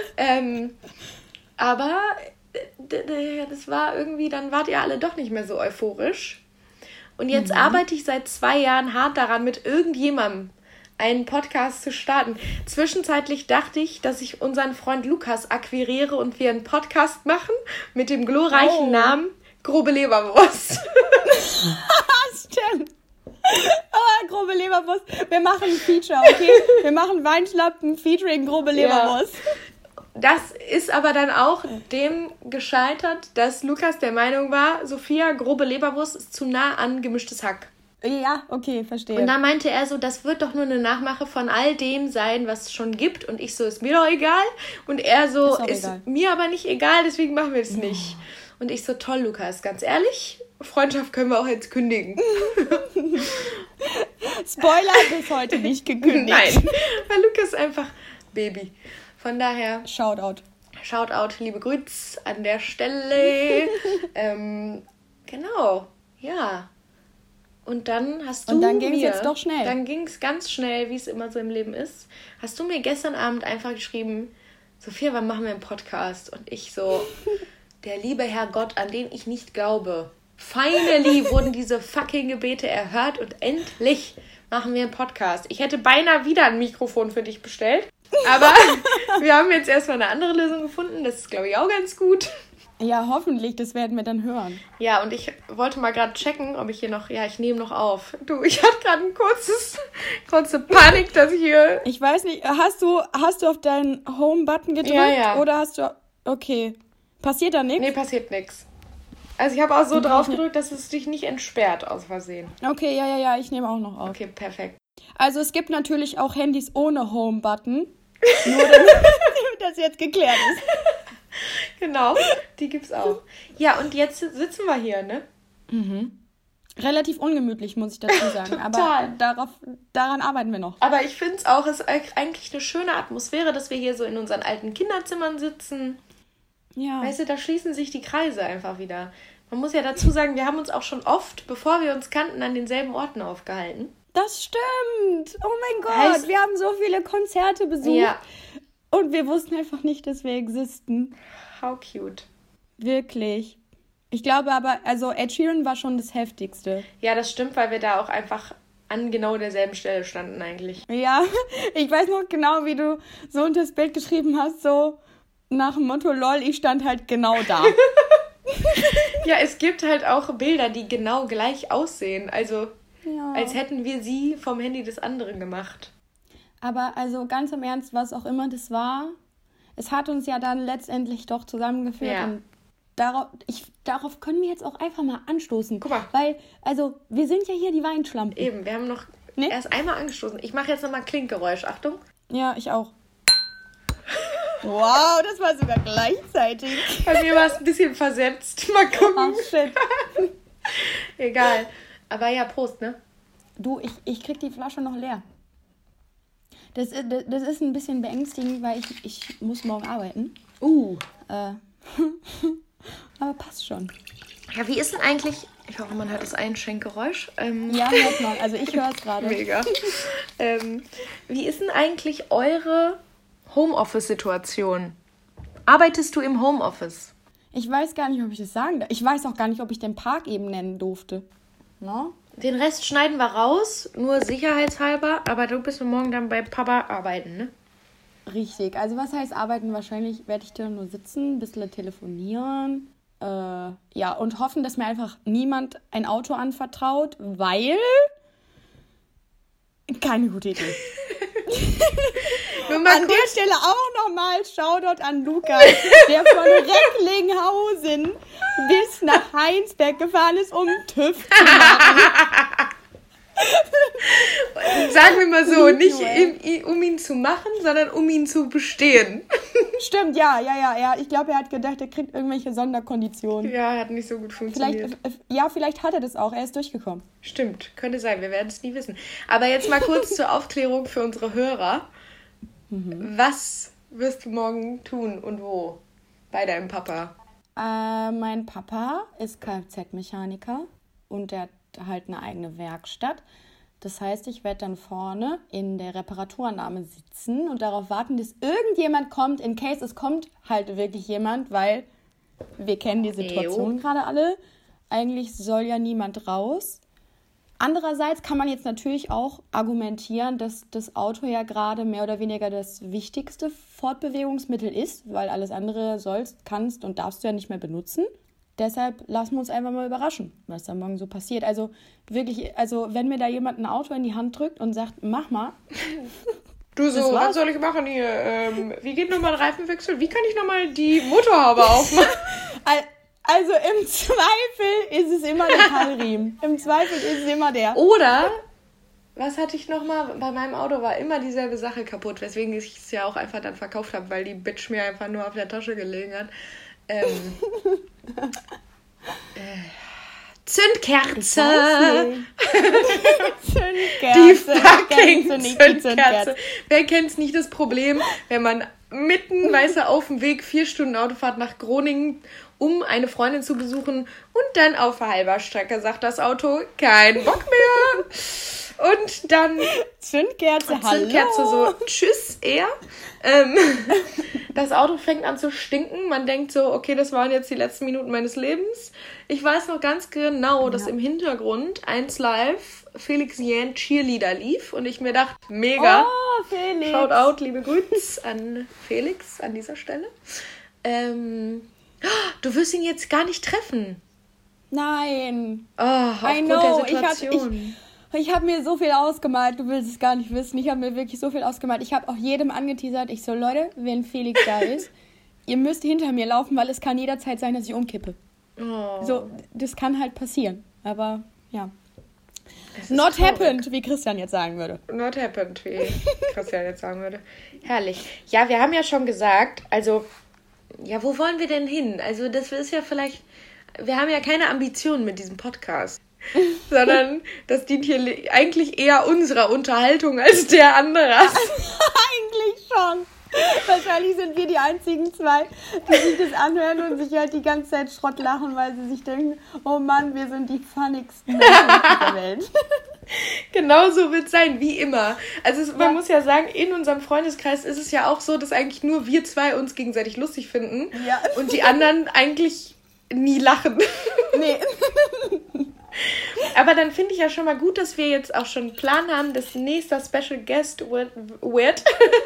Aber das war irgendwie, dann wart ihr alle doch nicht mehr so euphorisch. Und jetzt arbeite ich seit 2 Jahren hart daran, mit irgendjemandem einen Podcast zu starten. Zwischenzeitlich dachte ich, dass ich unseren Freund Lukas akquiriere und wir einen Podcast machen mit dem glorreichen Namen Grobe Leberwurst. Stimmt. Oh, grobe Leberwurst. Wir machen ein Feature, okay? Wir machen Weinschlappen featuring grobe Leberwurst. Ja. Das ist aber dann auch dem gescheitert, dass Lukas der Meinung war, Sophia, grobe Leberwurst ist zu nah an gemischtes Hack. Ja, okay, verstehe. Und dann meinte er so, das wird doch nur eine Nachmache von all dem sein, was es schon gibt. Und ich so, ist mir doch egal. Und er so, ist mir aber nicht egal, deswegen machen wir es nicht. Und ich so, toll, Lukas, ganz ehrlich, Freundschaft können wir auch jetzt kündigen. Spoiler, bis heute nicht gekündigt. Nein, weil Lukas ist einfach Baby. Von daher... Shoutout, liebe Grüße an der Stelle. Genau, ja. Und dann hast du Und dann ging es jetzt doch schnell. Dann ging es ganz schnell, wie es immer so im Leben ist. Hast du mir gestern Abend einfach geschrieben, Sophia, wann machen wir einen Podcast? Und ich so, der liebe Herrgott, an den ich nicht glaube. Finally wurden diese fucking Gebete erhört und endlich machen wir einen Podcast. Ich hätte beinahe wieder ein Mikrofon für dich bestellt. Aber wir haben jetzt erstmal eine andere Lösung gefunden. Das ist, glaube ich, auch ganz gut. Ja, hoffentlich, das werden wir dann hören. Ja, und ich wollte mal gerade checken, ob ich hier noch... Ja, ich nehme noch auf. Du, ich hatte gerade kurze Panik, dass ich hier... Ich weiß nicht, hast du auf deinen Home-Button gedrückt? Ja. Oder hast du... Okay. Passiert da nichts? Nee, passiert nichts. Also ich habe auch so drauf gedrückt, dass es dich nicht entsperrt aus Versehen. Okay, ja, ich nehme auch noch auf. Okay, perfekt. Also es gibt natürlich auch Handys ohne Home-Button. Nur damit das jetzt geklärt ist. Genau, die gibt's auch. Ja, und jetzt sitzen wir hier, ne? Mhm. Relativ ungemütlich, muss ich dazu sagen. Aber daran arbeiten wir noch. Aber ich finde es auch, es ist eigentlich eine schöne Atmosphäre, dass wir hier so in unseren alten Kinderzimmern sitzen. Ja. Weißt du, da schließen sich die Kreise einfach wieder. Man muss ja dazu sagen, wir haben uns auch schon oft, bevor wir uns kannten, an denselben Orten aufgehalten. Das stimmt. Oh mein Gott, wir haben so viele Konzerte besucht. Ja. Und wir wussten einfach nicht, dass wir existen. How cute. Wirklich. Ich glaube aber, also Ed Sheeran war schon das Heftigste. Ja, das stimmt, weil wir da auch einfach an genau derselben Stelle standen eigentlich. Ja, ich weiß noch genau, wie du so unter das Bild geschrieben hast, so nach dem Motto, lol, ich stand halt genau da. Ja, es gibt halt auch Bilder, die genau gleich aussehen. Also, als hätten wir sie vom Handy des anderen gemacht. Aber also ganz im Ernst, was auch immer das war, es hat uns ja dann letztendlich doch zusammengeführt. Ja. Und darauf können wir jetzt auch einfach mal anstoßen. Guck mal. Weil, also, wir sind ja hier die Weinschlampen. Eben, wir haben noch erst einmal angestoßen. Ich mache jetzt nochmal ein Klinkgeräusch. Achtung. Ja, ich auch. Wow, das war sogar gleichzeitig. Bei mir war es ein bisschen versetzt. Mal gucken. Ach, shit. Egal. Aber ja, Prost, ne? Du, ich krieg die Flasche noch leer. Das ist ein bisschen beängstigend, weil ich muss morgen arbeiten. Aber passt schon. Ja, wie ist denn eigentlich... Ich hoffe, man hört das Einschenkgeräusch. Ja, hört man. Also ich höre es gerade. Mega. Wie ist denn eigentlich eure Homeoffice-Situation? Arbeitest du im Homeoffice? Ich weiß gar nicht, ob ich das sagen darf. Ich weiß auch gar nicht, ob ich den Park eben nennen durfte. No? Den Rest schneiden wir raus, nur sicherheitshalber. Aber du bist morgen dann bei Papa arbeiten, ne? Richtig. Also was heißt arbeiten? Wahrscheinlich werde ich da nur sitzen, ein bisschen telefonieren. Ja, und hoffen, dass mir einfach niemand ein Auto anvertraut, weil... Keine gute Idee. An der Stelle auch nochmal Shoutout an Lukas, der von Recklinghausen bis nach Heinsberg gefahren ist, um TÜV zu machen. Sagen wir mal so, nicht um ihn zu machen, sondern um ihn zu bestehen. Stimmt, ja. Ich glaube, er hat gedacht, er kriegt irgendwelche Sonderkonditionen. Ja, hat nicht so gut funktioniert. Vielleicht hat er das auch, er ist durchgekommen. Stimmt, könnte sein, wir werden es nie wissen. Aber jetzt mal kurz zur Aufklärung für unsere Hörer. Was wirst du morgen tun und wo bei deinem Papa? Mein Papa ist Kfz-Mechaniker und der hat halt eine eigene Werkstatt. Das heißt, ich werde dann vorne in der Reparaturannahme sitzen und darauf warten, dass irgendjemand kommt, in case es kommt halt wirklich jemand, weil wir kennen die Situation gerade alle. Eigentlich soll ja niemand raus. Andererseits kann man jetzt natürlich auch argumentieren, dass das Auto ja gerade mehr oder weniger das wichtigste Fortbewegungsmittel ist, weil alles andere sollst, kannst und darfst du ja nicht mehr benutzen. Deshalb lassen wir uns einfach mal überraschen, was da morgen so passiert. Also wirklich, wenn mir da jemand ein Auto in die Hand drückt und sagt, mach mal. Du so, was soll ich machen hier? Wie geht nochmal ein Reifenwechsel? Wie kann ich nochmal die Motorhaube aufmachen? Also im Zweifel ist es immer der Keilriemen. Im Zweifel ist es immer der. Oder, was hatte ich nochmal? Bei meinem Auto war immer dieselbe Sache kaputt, weswegen ich es ja auch einfach dann verkauft habe, weil die Bitch mir einfach nur auf der Tasche gelegen hat. Zündkerze. Die fucking Zündkerze. Wer kennt's nicht, das Problem, wenn man mitten, auf dem Weg 4 Stunden Autofahrt nach Groningen, um eine Freundin zu besuchen und dann auf halber Strecke sagt das Auto, kein Bock mehr. Und dann Zündkerze, so, tschüss, er. Das Auto fängt an zu stinken. Man denkt so, okay, das waren jetzt die letzten Minuten meines Lebens. Ich weiß noch ganz genau, dass im Hintergrund 1 Live Felix Jähn Cheerleader lief. Und ich mir dachte, mega. Oh, Felix. Shoutout, liebe Grüße an Felix an dieser Stelle. Du wirst ihn jetzt gar nicht treffen. Nein. Aufgrund der Situation. Ich habe mir so viel ausgemalt, du willst es gar nicht wissen. Ich habe mir wirklich so viel ausgemalt. Ich habe auch jedem angeteasert, ich so, Leute, wenn Felix da ist, ihr müsst hinter mir laufen, weil es kann jederzeit sein, dass ich umkippe. Oh. So, das kann halt passieren. Aber, ja. Not happened, wie Christian jetzt sagen würde. Not happened, wie Christian jetzt sagen würde. Herrlich. Ja, wir haben ja schon gesagt, also, ja, wo wollen wir denn hin? Also, das ist ja vielleicht, wir haben ja keine Ambitionen mit diesem Podcast. Sondern das dient hier eigentlich eher unserer Unterhaltung als der anderer. Eigentlich schon. Wahrscheinlich sind wir die einzigen 2, die sich das anhören und sich halt die ganze Zeit Schrott lachen, weil sie sich denken, oh Mann, wir sind die funnigsten Menschen auf dieser Welt. Genau so wird es sein, wie immer. Also man muss ja sagen, in unserem Freundeskreis ist es ja auch so, dass eigentlich nur wir zwei uns gegenseitig lustig finden. Ja. Und die anderen eigentlich nie lachen. Nee. Aber dann finde ich ja schon mal gut, dass wir jetzt auch schon einen Plan haben, dass nächster Special Guest wird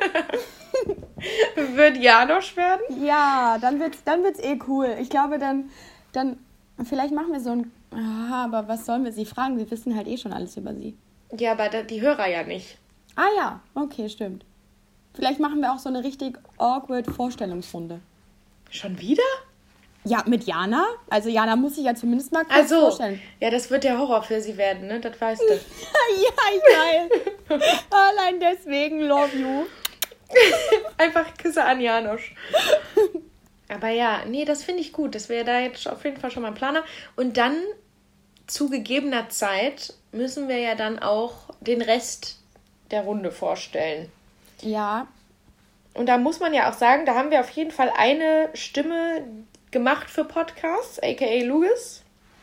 Janosch werden. Ja, dann wird's cool. Ich glaube, dann vielleicht machen wir so ein... aber was sollen wir sie fragen? Wir wissen halt schon alles über sie. Ja, aber die Hörer ja nicht. Ah ja, okay, stimmt. Vielleicht machen wir auch so eine richtig awkward Vorstellungsrunde. Schon wieder? Ja, mit Jana. Also Jana muss sich ja zumindest mal kurz vorstellen. Ja, das wird der Horror für sie werden, ne? Das weißt du. Ja, geil. Allein deswegen love you. Einfach Küsse an Janosch. Aber ja, nee, das finde ich gut, dass wir da jetzt auf jeden Fall schon mal einen Plan haben. Und dann, zu gegebener Zeit, müssen wir ja dann auch den Rest der Runde vorstellen. Ja. Und da muss man ja auch sagen, da haben wir auf jeden Fall eine Stimme gemacht für Podcasts, a.k.a. Louis.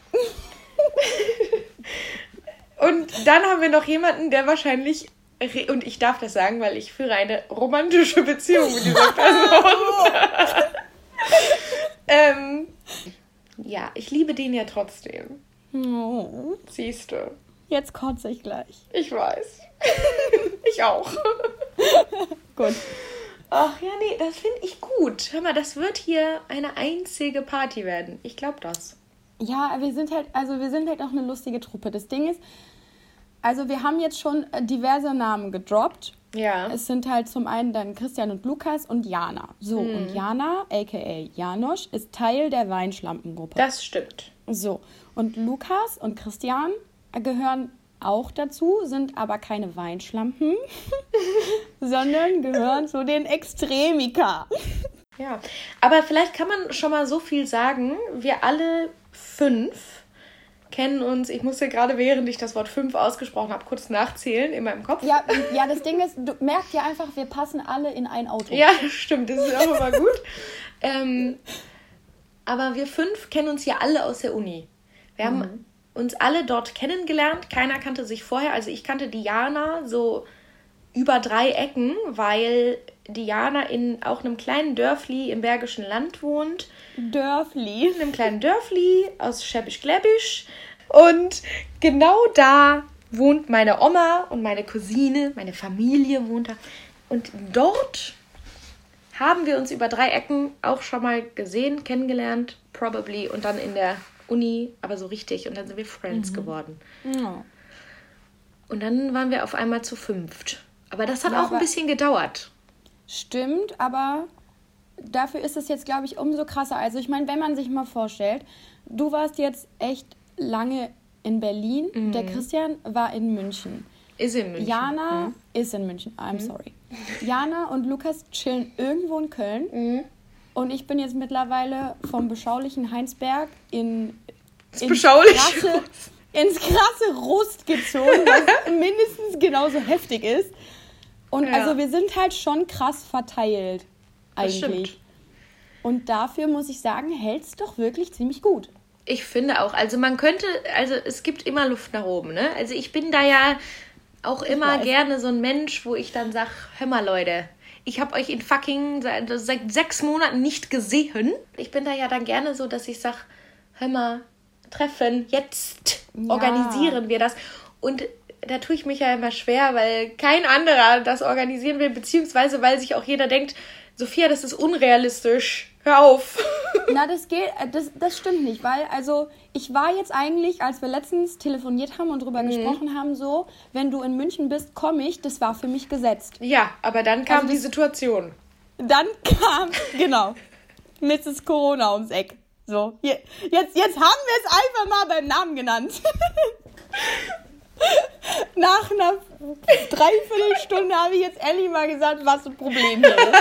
Und dann haben wir noch jemanden, der wahrscheinlich, und ich darf das sagen, weil ich führe eine romantische Beziehung mit dieser Person. Ja, ich liebe den ja trotzdem. Oh. Siehst du. Jetzt kotze ich gleich. Ich weiß. Ich auch. Gut. Ach ja, nee, das finde ich gut. Hör mal, das wird hier eine einzige Party werden. Ich glaube das. Ja, wir sind halt auch eine lustige Truppe. Das Ding ist, also wir haben jetzt schon diverse Namen gedroppt. Ja. Es sind halt zum einen dann Christian und Lukas und Jana. So, und Jana, a.k.a. Janosch, ist Teil der Weinschlampengruppe. Das stimmt. So, und Lukas und Christian gehören auch dazu, sind aber keine Weinschlampen, sondern gehören zu den Extremika. Ja, aber vielleicht kann man schon mal so viel sagen. Wir alle 5 kennen uns. Ich musste gerade, während ich das Wort 5 ausgesprochen habe, kurz nachzählen in meinem Kopf. Ja, das Ding ist, du merkst ja einfach, wir passen alle in ein Auto. Ja, das stimmt. Das ist auch immer gut. Aber wir 5 kennen uns ja alle aus der Uni. Wir haben uns alle dort kennengelernt. Keiner kannte sich vorher. Also ich kannte Diana so über 3 Ecken, weil Diana in auch einem kleinen Dörfli im Bergischen Land wohnt. Dörfli. In einem kleinen Dörfli aus Schwäbisch-Gläbisch. Und genau da wohnt meine Oma und meine Cousine, meine Familie wohnt da. Und dort haben wir uns über 3 Ecken auch schon mal gesehen, kennengelernt, probably. Und dann in der Uni, aber so richtig. Und dann sind wir Friends geworden. Ja. Und dann waren wir auf einmal zu 5. Aber das hat auch ein bisschen gedauert. Stimmt, aber dafür ist es jetzt, glaube ich, umso krasser. Also ich meine, wenn man sich mal vorstellt, du warst jetzt echt lange in Berlin, der Christian war in München. Ist in München. Jana ist in München, I'm sorry. Jana und Lukas chillen irgendwo in Köln. Und ich bin jetzt mittlerweile vom beschaulichen Heinsberg ins krasse Rust gezogen, was mindestens genauso heftig ist. Und also wir sind halt schon krass verteilt eigentlich. Das stimmt. Und dafür muss ich sagen, hält es doch wirklich ziemlich gut. Ich finde auch. Also es gibt immer Luft nach oben, ne? Also ich bin da ja auch immer gerne so ein Mensch, wo ich dann sage, hör mal Leute, ich habe euch in fucking seit 6 Monaten nicht gesehen. Ich bin da ja dann gerne so, dass ich sage, hör mal, Treffen, jetzt organisieren wir das. Und da tue ich mich ja immer schwer, weil kein anderer das organisieren will, beziehungsweise weil sich auch jeder denkt, Sophia, das ist unrealistisch. Hör auf. Na, das stimmt nicht, weil, also, ich war jetzt eigentlich, als wir letztens telefoniert haben und drüber gesprochen haben, so, wenn du in München bist, komme ich, das war für mich gesetzt. Ja, aber dann kam die Situation. Dann kam, genau, Mrs. Corona ums Eck. So, jetzt haben wir es einfach mal beim Namen genannt. Nach einer Dreiviertelstunde habe ich jetzt Ellie mal gesagt, was ein Problem hier ist.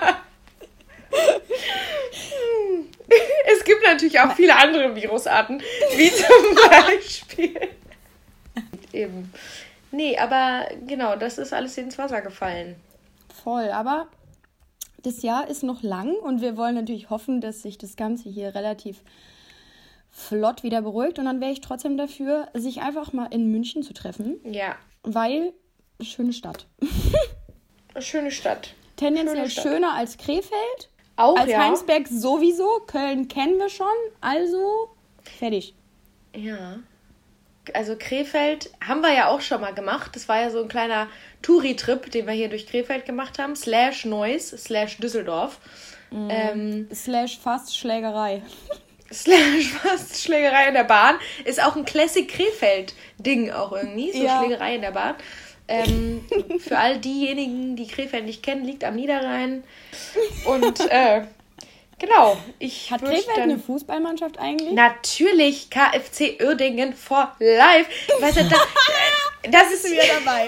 Es gibt natürlich auch viele andere Virusarten, wie zum Beispiel. Eben. Nee, aber genau, das ist alles ins Wasser gefallen. Voll, aber das Jahr ist noch lang und wir wollen natürlich hoffen, dass sich das Ganze hier relativ flott wieder beruhigt. Und dann wäre ich trotzdem dafür, sich einfach mal in München zu treffen. Ja. Weil, schöne Stadt. Schöne Stadt. Tendenziell schöner als Krefeld. Auch, als Heinsberg sowieso. Köln kennen wir schon. Also, fertig. Ja. Also Krefeld haben wir ja auch schon mal gemacht. Das war ja so ein kleiner Touri-Trip, den wir hier durch Krefeld gemacht haben. /Neuss, /Düsseldorf. / fast Schlägerei. / fast Schlägerei in der Bahn. Ist auch ein Classic Krefeld-Ding auch irgendwie. So Schlägerei in der Bahn. Für all diejenigen, die Krefeld nicht kennen, liegt am Niederrhein. Und genau. Hat Krefeld eine Fußballmannschaft eigentlich? Natürlich, KFC Uerdingen for life. Weißt du, das ist wieder dabei.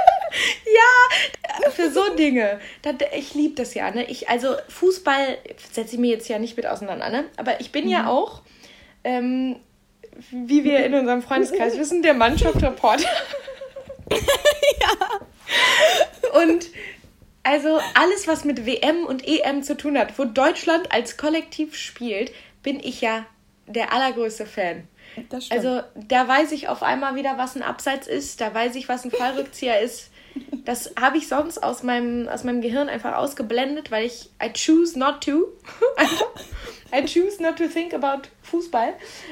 Ja, für so Dinge. Ich liebe das ja. Ne? Also Fußball setze ich mir jetzt ja nicht mit auseinander. Ne? Aber ich bin ja auch, wie wir in unserem Freundeskreis wissen, der Mannschaftsreporter. Ja. Und also alles, was mit WM und EM zu tun hat, wo Deutschland als Kollektiv spielt, bin ich ja der allergrößte Fan. Das stimmt. Also da weiß ich auf einmal wieder, was ein Abseits ist, da weiß ich, was ein Fallrückzieher ist. Das habe ich sonst aus meinem Gehirn einfach ausgeblendet, weil I choose not to. I choose not to think about Fußball.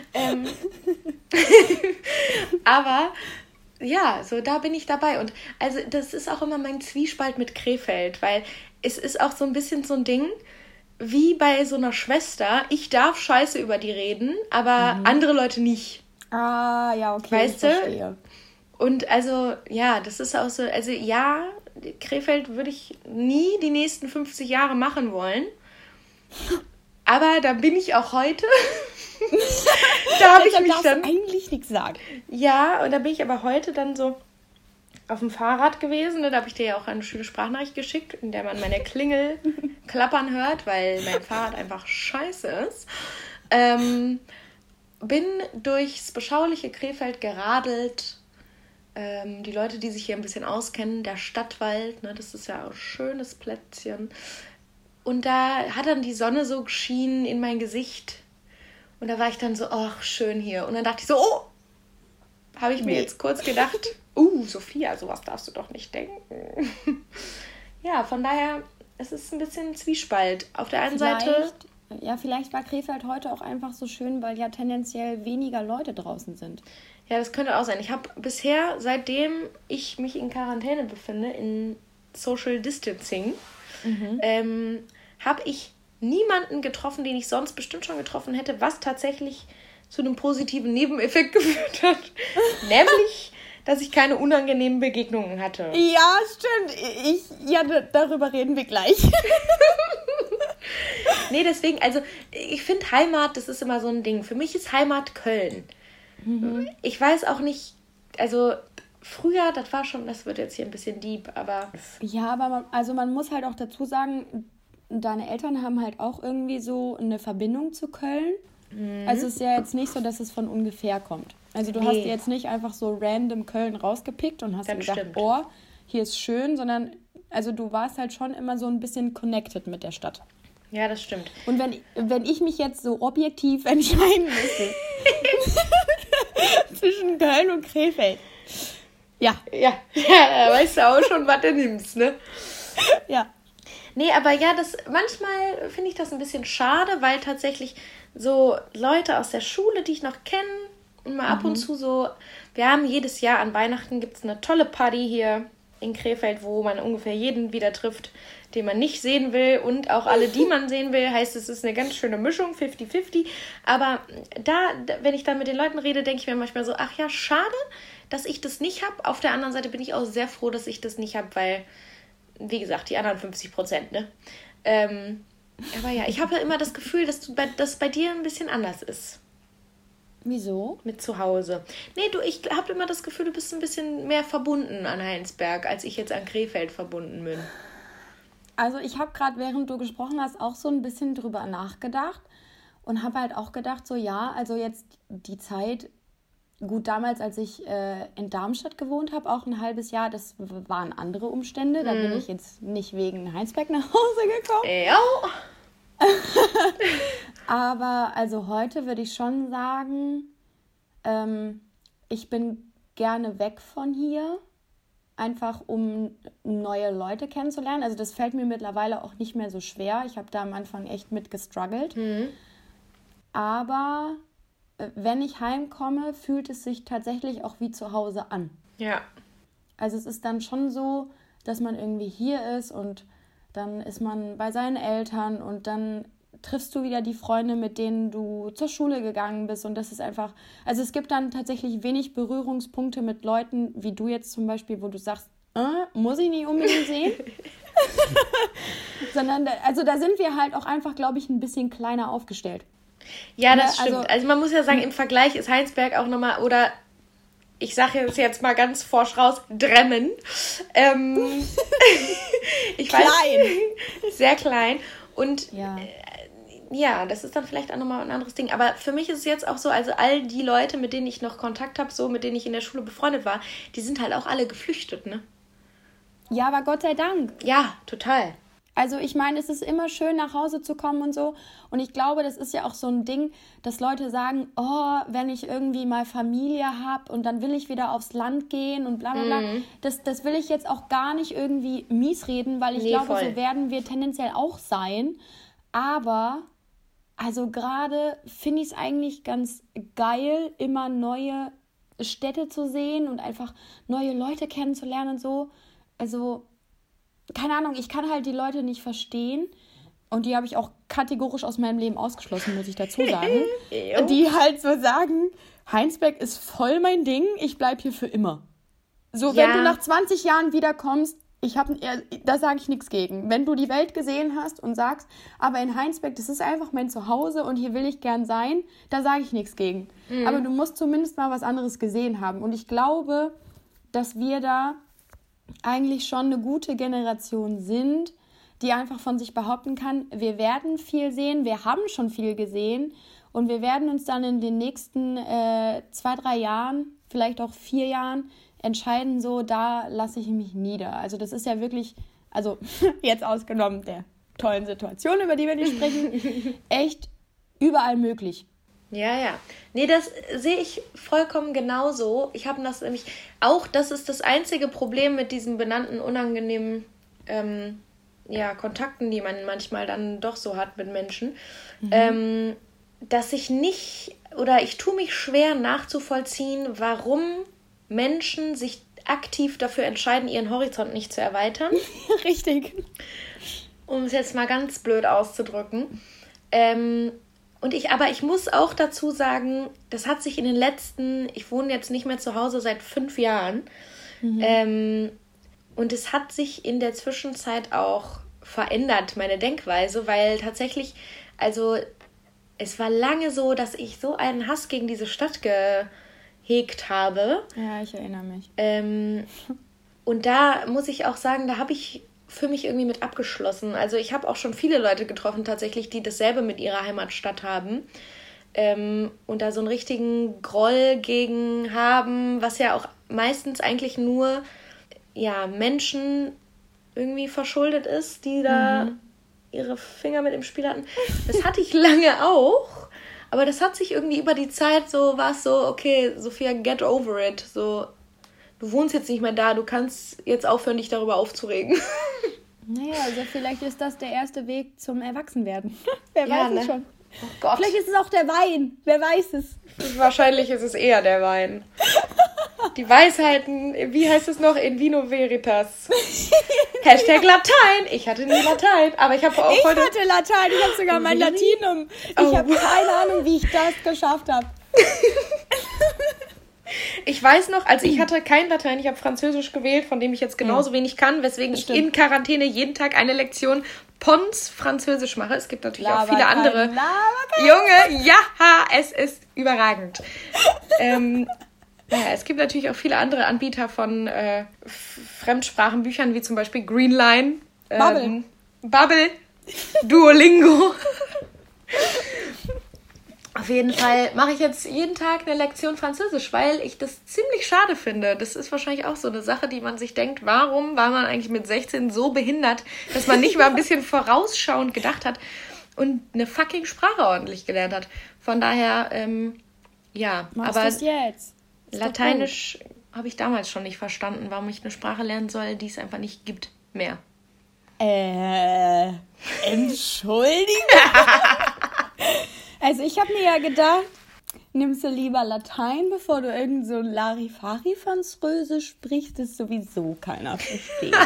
Aber ja, so da bin ich dabei. Und also das ist auch immer mein Zwiespalt mit Krefeld, weil es ist auch so ein bisschen so ein Ding, wie bei so einer Schwester. Ich darf scheiße über die reden, aber andere Leute nicht. Ah, ja, okay. Weißt du? Verstehe. Und also, ja, das ist auch so, also ja, Krefeld würde ich nie die nächsten 50 Jahre machen wollen. Aber da bin ich auch heute. Da habe ich mich dann eigentlich nichts sagen. Ja, und da bin ich aber heute dann so auf dem Fahrrad gewesen. Da habe ich dir ja auch eine schöne Sprachnachricht geschickt, in der man meine Klingel klappern hört, weil mein Fahrrad einfach scheiße ist. Bin durchs beschauliche Krefeld geradelt. Die Leute, die sich hier ein bisschen auskennen, der Stadtwald, ne, das ist ja auch ein schönes Plätzchen. Und da hat dann die Sonne so geschienen in mein Gesicht. Und da war ich dann so, ach, schön hier. Und dann dachte ich so, oh, habe ich mir jetzt kurz gedacht, Sophia, sowas darfst du doch nicht denken. Ja, von daher, es ist ein bisschen Zwiespalt. Auf der einen Seite... Ja, vielleicht war Krefeld heute auch einfach so schön, weil ja tendenziell weniger Leute draußen sind. Ja, das könnte auch sein. Ich habe bisher, seitdem ich mich in Quarantäne befinde, in Social Distancing, habe ich niemanden getroffen, den ich sonst bestimmt schon getroffen hätte, was tatsächlich zu einem positiven Nebeneffekt geführt hat. Nämlich, dass ich keine unangenehmen Begegnungen hatte. Ja, stimmt. Darüber reden wir gleich. Nee, deswegen, also ich finde Heimat, das ist immer so ein Ding. Für mich ist Heimat Köln. Ich weiß auch nicht, also früher, das wird jetzt hier ein bisschen deep, aber... Ja, aber man muss halt auch dazu sagen, deine Eltern haben halt auch irgendwie so eine Verbindung zu Köln. Also es ist ja jetzt nicht so, dass es von ungefähr kommt. Also du hast jetzt nicht einfach so random Köln rausgepickt und hast gesagt, oh, hier ist schön, sondern also du warst halt schon immer so ein bisschen connected mit der Stadt. Ja, das stimmt. Und wenn ich mich jetzt so objektiv entscheiden müsste zwischen Köln und Krefeld. Ja, da weißt du auch schon, was du nimmst, ne? Ja. Nee, aber ja, manchmal finde ich das ein bisschen schade, weil tatsächlich so Leute aus der Schule, die ich noch kenne, und mal ab und zu so, wir haben jedes Jahr an Weihnachten gibt es eine tolle Party hier in Krefeld, wo man ungefähr jeden wieder trifft, den man nicht sehen will und auch alle, die man sehen will, heißt es ist eine ganz schöne Mischung, 50-50, aber wenn ich dann mit den Leuten rede, denke ich mir manchmal so, ach ja, schade, dass ich das nicht habe. Auf der anderen Seite bin ich auch sehr froh, dass ich das nicht habe, weil, wie gesagt, die anderen 50%, ne? Aber ja, ich habe ja immer das Gefühl, dass das bei dir ein bisschen anders ist. Wieso? Mit zu Hause. Nee, ich habe immer das Gefühl, du bist ein bisschen mehr verbunden an Heinsberg, als ich jetzt an Krefeld verbunden bin. Also ich habe gerade, während du gesprochen hast, auch so ein bisschen drüber nachgedacht und habe halt auch gedacht, so ja, also jetzt die Zeit, gut, damals, als ich in Darmstadt gewohnt habe, auch ein halbes Jahr, das waren andere Umstände, da bin ich jetzt nicht wegen Heinsberg nach Hause gekommen. Ja. Aber also heute würde ich schon sagen, ich bin gerne weg von hier, einfach um neue Leute kennenzulernen. Also das fällt mir mittlerweile auch nicht mehr so schwer. Ich habe da am Anfang echt mit gestruggelt. Aber wenn ich heimkomme, fühlt es sich tatsächlich auch wie zu Hause an. Ja. Also es ist dann schon so, dass man irgendwie hier ist und dann ist man bei seinen Eltern und dann triffst du wieder die Freunde, mit denen du zur Schule gegangen bist. Und das ist einfach, also es gibt dann tatsächlich wenig Berührungspunkte mit Leuten, wie du jetzt zum Beispiel, wo du sagst, muss ich nicht unbedingt sehen. Sondern, also da sind wir halt auch einfach, glaube ich, ein bisschen kleiner aufgestellt. Ja, das stimmt. Also man muss ja sagen, im Vergleich ist Heinsberg auch nochmal, oder ich sage jetzt mal ganz forsch raus, Dremmen. Ich klein. Weiß, sehr klein. Und ja, das ist dann vielleicht auch nochmal ein anderes Ding. Aber für mich ist es jetzt auch so, also all die Leute, mit denen ich noch Kontakt habe, so mit denen ich in der Schule befreundet war, die sind halt auch alle geflüchtet, ne? Ja, aber Gott sei Dank. Ja, total. Also ich meine, es ist immer schön, nach Hause zu kommen und so. Und ich glaube, das ist ja auch so ein Ding, dass Leute sagen, oh, wenn ich irgendwie mal Familie habe und dann will ich wieder aufs Land gehen und bla bla bla. Das will ich jetzt auch gar nicht irgendwie mies reden, weil ich glaube, voll. So werden wir tendenziell auch sein. Aber also gerade finde ich es eigentlich ganz geil, immer neue Städte zu sehen und einfach neue Leute kennenzulernen und so. Also keine Ahnung, ich kann halt die Leute nicht verstehen und die habe ich auch kategorisch aus meinem Leben ausgeschlossen, muss ich dazu sagen. Die halt so sagen, Heinsberg ist voll mein Ding, ich bleib hier für immer. So, wenn du nach 20 Jahren wiederkommst, da sage ich nichts gegen. Wenn du die Welt gesehen hast und sagst, aber in Heinsberg, das ist einfach mein Zuhause und hier will ich gern sein, da sage ich nichts gegen. Aber du musst zumindest mal was anderes gesehen haben. Und ich glaube, dass wir da eigentlich schon eine gute Generation sind, die einfach von sich behaupten kann, wir werden viel sehen, wir haben schon viel gesehen und wir werden uns dann in den nächsten 2-3 Jahren, vielleicht auch 4 Jahren entscheiden, so, da lasse ich mich nieder. Also das ist ja wirklich, also jetzt ausgenommen der tollen Situation, über die wir nicht sprechen, echt überall möglich. Ja. Nee, das sehe ich vollkommen genauso. Ich habe das nämlich auch, das ist das einzige Problem mit diesen benannten unangenehmen Kontakten, die man manchmal dann doch so hat mit Menschen, dass ich tue mich schwer nachzuvollziehen, warum Menschen sich aktiv dafür entscheiden, ihren Horizont nicht zu erweitern. Richtig. Um es jetzt mal ganz blöd auszudrücken. Aber ich muss auch dazu sagen, das hat sich in den letzten, ich wohne jetzt nicht mehr zu Hause seit 5 Jahren, und es hat sich in der Zwischenzeit auch verändert, meine Denkweise, weil tatsächlich, also es war lange so, dass ich so einen Hass gegen diese Stadt gehegt habe. Ja, ich erinnere mich. Und da muss ich auch sagen, da habe ich für mich irgendwie mit abgeschlossen. Also ich habe auch schon viele Leute getroffen tatsächlich, die dasselbe mit ihrer Heimatstadt haben und da so einen richtigen Groll gegen haben, was ja auch meistens eigentlich nur Menschen irgendwie verschuldet ist, die da ihre Finger mit im Spiel hatten. Das hatte ich lange auch, aber das hat sich irgendwie über die Zeit war es so, okay, Sophia, get over it. So, du wohnst jetzt nicht mehr da, du kannst jetzt aufhören, dich darüber aufzuregen. Naja, also vielleicht ist das der erste Weg zum Erwachsenwerden. Wer weiß es schon. Oh Gott. Vielleicht ist es auch der Wein. Wer weiß es. Wahrscheinlich ist es eher der Wein. Die Weisheiten, wie heißt es noch? In vino veritas. Hashtag Latein. Ich hatte nie Latein, aber ich habe auch heute... Ich hatte Latein, ich habe sogar mein Latinum. Ich habe keine Ahnung, wie ich das geschafft habe. Ich weiß noch, also ich hatte kein Latein, ich habe Französisch gewählt, von dem ich jetzt genauso wenig kann, weswegen ich in Quarantäne jeden Tag eine Lektion Pons Französisch mache. Es gibt natürlich auch viele andere. Junge, ja, es ist überragend. Es gibt natürlich auch viele andere Anbieter von Fremdsprachenbüchern, wie zum Beispiel Greenline, Bubble, Duolingo. Auf jeden Fall mache ich jetzt jeden Tag eine Lektion Französisch, weil ich das ziemlich schade finde. Das ist wahrscheinlich auch so eine Sache, die man sich denkt, warum war man eigentlich mit 16 so behindert, dass man nicht mal ein bisschen vorausschauend gedacht hat. und eine fucking Sprache ordentlich gelernt hat. Von daher, ja. Machst aber du's jetzt? Lateinisch habe ich damals schon nicht verstanden, warum ich eine Sprache lernen soll, die es einfach nicht gibt mehr. Entschuldigung. Also ich habe mir ja gedacht, nimmst du lieber Latein, bevor du irgend so Larifari-Französisch sprichst, das sowieso keiner versteht.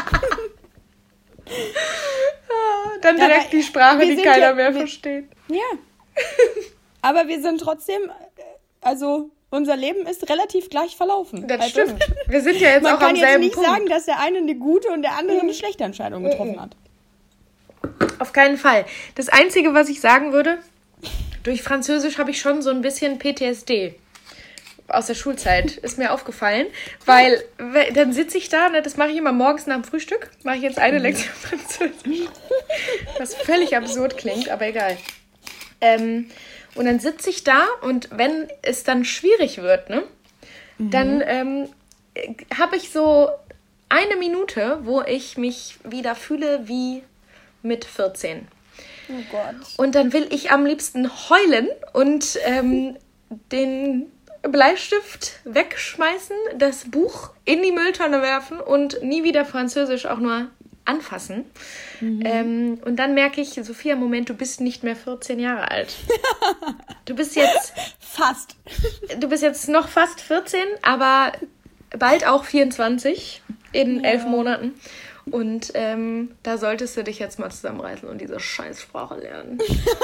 Dann direkt die Sprache, die keiner mehr versteht. Ja. Aber wir sind trotzdem, also unser Leben ist relativ gleich verlaufen. Das stimmt. Wir sind ja jetzt auch am selben Punkt. Man kann jetzt nicht sagen, dass der eine eine gute und der andere eine schlechte Entscheidung getroffen hat. Auf keinen Fall. Das Einzige, was ich sagen würde, durch Französisch habe ich schon so ein bisschen PTSD aus der Schulzeit, ist mir aufgefallen, weil dann sitze ich da, ne, das mache ich immer morgens nach dem Frühstück, mache ich jetzt eine Lektion Französisch, was völlig absurd klingt, aber egal. Und dann sitze ich da und wenn es dann schwierig wird, ne, dann habe ich so eine Minute, wo ich mich wieder fühle wie mit 14. Oh Gott. Und dann will ich am liebsten heulen und den Bleistift wegschmeißen, das Buch in die Mülltonne werfen und nie wieder Französisch auch nur anfassen. Und dann merke ich, Sophia, Moment, du bist nicht mehr 14 Jahre alt. Du bist jetzt... Fast. Du bist jetzt noch fast 14, aber bald auch 24 in 11 Monaten. Und da solltest du dich jetzt mal zusammenreißen und diese Scheißsprache lernen.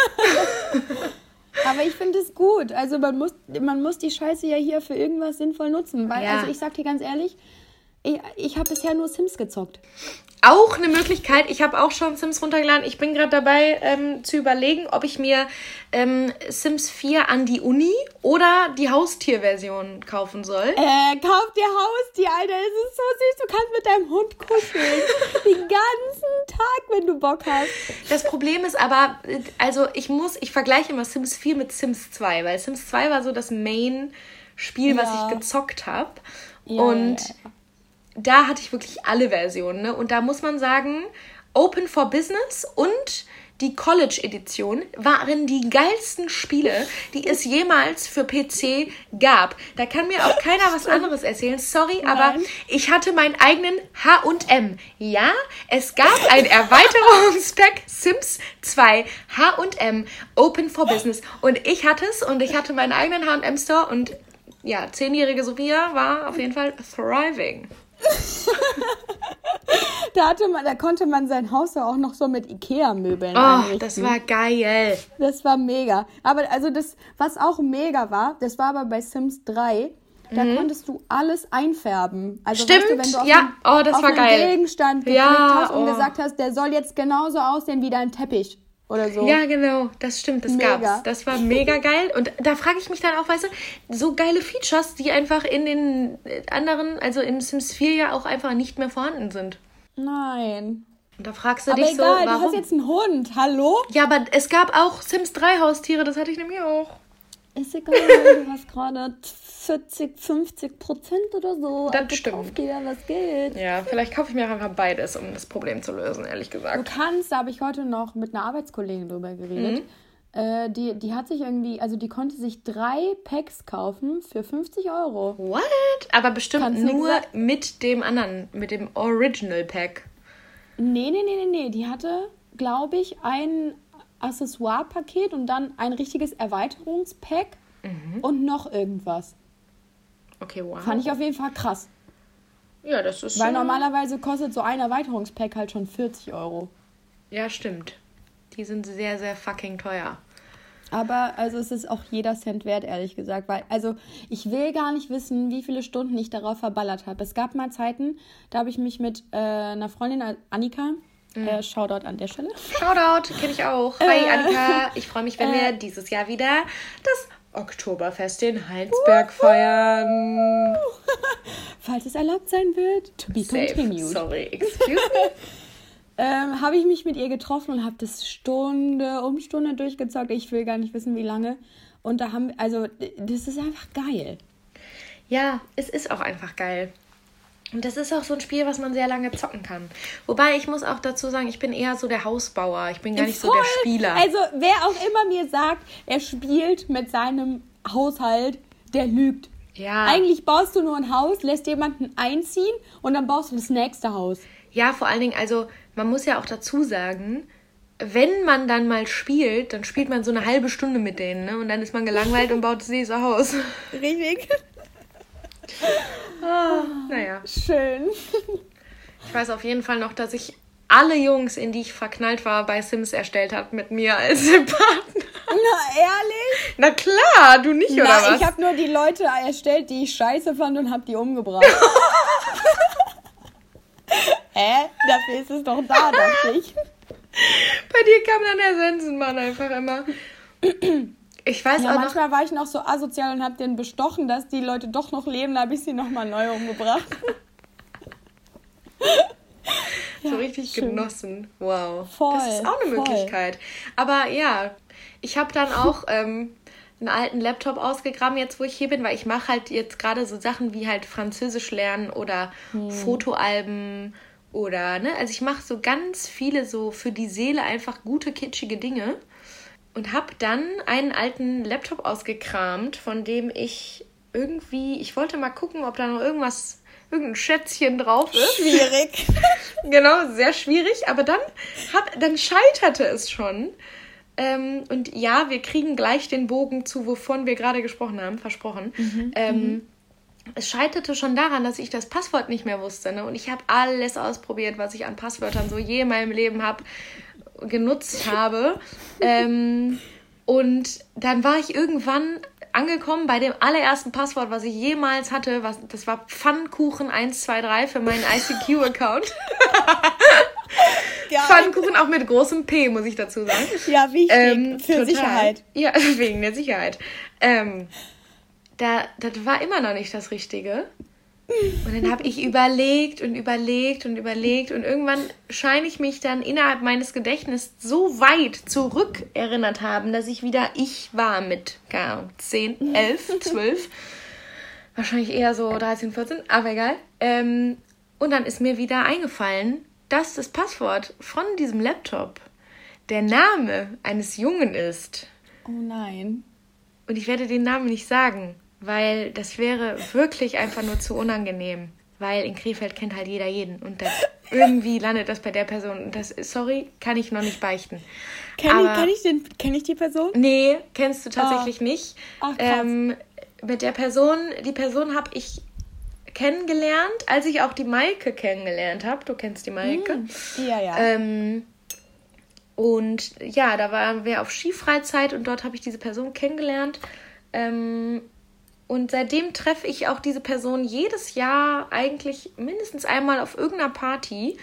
Aber ich finde es gut. Also man muss die Scheiße ja hier für irgendwas sinnvoll nutzen. Weil, also ich sag dir ganz ehrlich, ich habe bisher nur Sims gezockt. Auch eine Möglichkeit. Ich habe auch schon Sims runtergeladen. Ich bin gerade dabei zu überlegen, ob ich mir Sims 4 an die Uni oder die Haustierversion kaufen soll. Kauf dir Haustier, Alter. Es ist so süß. Du kannst mit deinem Hund kuscheln. Den ganzen Tag, wenn du Bock hast. Das Problem ist aber, also ich vergleiche immer Sims 4 mit Sims 2, weil Sims 2 war so das Main-Spiel, was ich gezockt habe. Und da hatte ich wirklich alle Versionen, ne? Und da muss man sagen, Open for Business und die College-Edition waren die geilsten Spiele, die es jemals für PC gab. Da kann mir auch keiner was anderes erzählen. Sorry, aber ich hatte meinen eigenen H&M. Ja, es gab ein Erweiterungspack Sims 2 H&M Open for Business. Und ich hatte es und ich hatte meinen eigenen H&M-Store und ja, 10-jährige Sophia war auf jeden Fall thriving. Da konnte man sein Haus ja auch noch so mit Ikea-Möbeln einrichten. Das war geil. Das war mega. Aber also das, was auch mega war, das war aber bei Sims 3, da konntest du alles einfärben. Also stimmt, weißt du, wenn du auf einen Gegenstand geklickt hast und gesagt hast, der soll jetzt genauso aussehen wie dein Teppich. Oder so. Ja, genau, das stimmt, das gab's. Das war mega geil. Und da frage ich mich dann auch, weißt du, so geile Features, die einfach in den anderen, also in Sims 4 ja auch einfach nicht mehr vorhanden sind. Nein. Und da fragst du aber dich egal, so, warum? Du hast jetzt einen Hund, hallo? Ja, aber es gab auch Sims 3 Haustiere, das hatte ich nämlich auch. Ist egal, du hast gerade 40-50% oder so. Das also stimmt. Kauf dir, was geht. Ja, vielleicht kaufe ich mir einfach beides, um das Problem zu lösen, ehrlich gesagt. Du kannst, da habe ich heute noch mit einer Arbeitskollegin drüber geredet. Die hat sich irgendwie, also die konnte sich 3 Packs kaufen für 50 €. What? Aber bestimmt nur mit dem anderen, mit dem Original Pack. Nee. Die hatte, glaube ich, ein Accessoire-Paket und dann ein richtiges Erweiterungspack und noch irgendwas. Okay, wow. Fand ich auf jeden Fall krass. Ja, das ist Weil normalerweise kostet so ein Erweiterungspack halt schon 40 €. Ja, stimmt. Die sind sehr, sehr fucking teuer. Aber also es ist auch jeder Cent wert, ehrlich gesagt. Weil, also ich will gar nicht wissen, wie viele Stunden ich darauf verballert habe. Es gab mal Zeiten, da habe ich mich mit einer Freundin, Annika, Shoutout an der Stelle. Shoutout, kenne ich auch. Hi Annika, ich freue mich, wenn wir dieses Jahr wieder das Oktoberfest in Heinsberg feiern. Falls es erlaubt sein wird, to be continued. Sorry, excuse me. Habe ich mich mit ihr getroffen und habe das Stunde um Stunde durchgezockt. Ich will gar nicht wissen, wie lange. Und da das ist einfach geil. Ja, es ist auch einfach geil. Und das ist auch so ein Spiel, was man sehr lange zocken kann. Wobei, ich muss auch dazu sagen, ich bin eher so der Hausbauer. Ich bin gar nicht so der Spieler. Also, wer auch immer mir sagt, er spielt mit seinem Haushalt, der lügt. Ja. Eigentlich baust du nur ein Haus, lässt jemanden einziehen und dann baust du das nächste Haus. Ja, vor allen Dingen, also, man muss ja auch dazu sagen, wenn man dann mal spielt, dann spielt man so eine halbe Stunde mit denen, ne? Und dann ist man gelangweilt und baut das nächste Haus. Richtig. Naja. Schön. Ich weiß auf jeden Fall noch, dass ich alle Jungs, in die ich verknallt war, bei Sims erstellt habe mit mir als Partner. Na, ehrlich? Na klar, du nicht, oder was? Ich habe nur die Leute erstellt, die ich scheiße fand und habe die umgebracht. Dafür ist es doch da, dachte ich. Bei dir kam dann der Sensenmann einfach immer. Ich weiß auch manchmal war ich noch so asozial und habe den bestochen, dass die Leute doch noch leben. Da habe ich sie nochmal neu umgebracht. So richtig schön. Genossen. Wow. Voll. Das ist auch eine Möglichkeit. Aber ja, ich habe dann auch einen alten Laptop ausgegraben, jetzt wo ich hier bin, weil ich mache halt jetzt gerade so Sachen wie halt Französisch lernen oder Fotoalben oder, ne, also ich mache so ganz viele so für die Seele einfach gute, kitschige Dinge. Und habe dann einen alten Laptop ausgekramt, von dem ich wollte mal gucken, ob da noch irgendein Schätzchen drauf ist. Schwierig. Genau, sehr schwierig. Aber dann scheiterte es schon. Und ja, wir kriegen gleich den Bogen zu, wovon wir gerade gesprochen haben, versprochen. Es scheiterte schon daran, dass ich das Passwort nicht mehr wusste. Ne? Und ich habe alles ausprobiert, was ich an Passwörtern so je in meinem Leben genutzt habe. Und dann war ich irgendwann angekommen bei dem allerersten Passwort, was ich jemals hatte. Das war Pfannkuchen123 für meinen ICQ-Account. Pfannkuchen auch mit großem P, muss ich dazu sagen. Ja, wichtig. Für total. Sicherheit. Ja, wegen der Sicherheit. Das war immer noch nicht das Richtige. Und dann habe ich überlegt und irgendwann scheine ich mich dann innerhalb meines Gedächtnisses so weit zurück erinnert haben, dass ich wieder ich war mit 10, 11, 12. Wahrscheinlich eher so 13, 14, aber egal. Und dann ist mir wieder eingefallen, dass das Passwort von diesem Laptop der Name eines Jungen ist. Oh nein. Und ich werde den Namen nicht sagen, weil das wäre wirklich einfach nur zu unangenehm. Weil in Krefeld kennt halt jeder jeden. Und irgendwie landet das bei der Person. Und sorry, kann ich noch nicht beichten. Kenn ich die Person? Nee, kennst du tatsächlich nicht. Ach, krass. Mit der Person, die Person habe ich kennengelernt, als ich auch die Maike kennengelernt habe. Du kennst die Maike. Ja. Und ja, da waren wir auf Skifreizeit und dort habe ich diese Person kennengelernt. Und seitdem treffe ich auch diese Person jedes Jahr eigentlich mindestens einmal auf irgendeiner Party.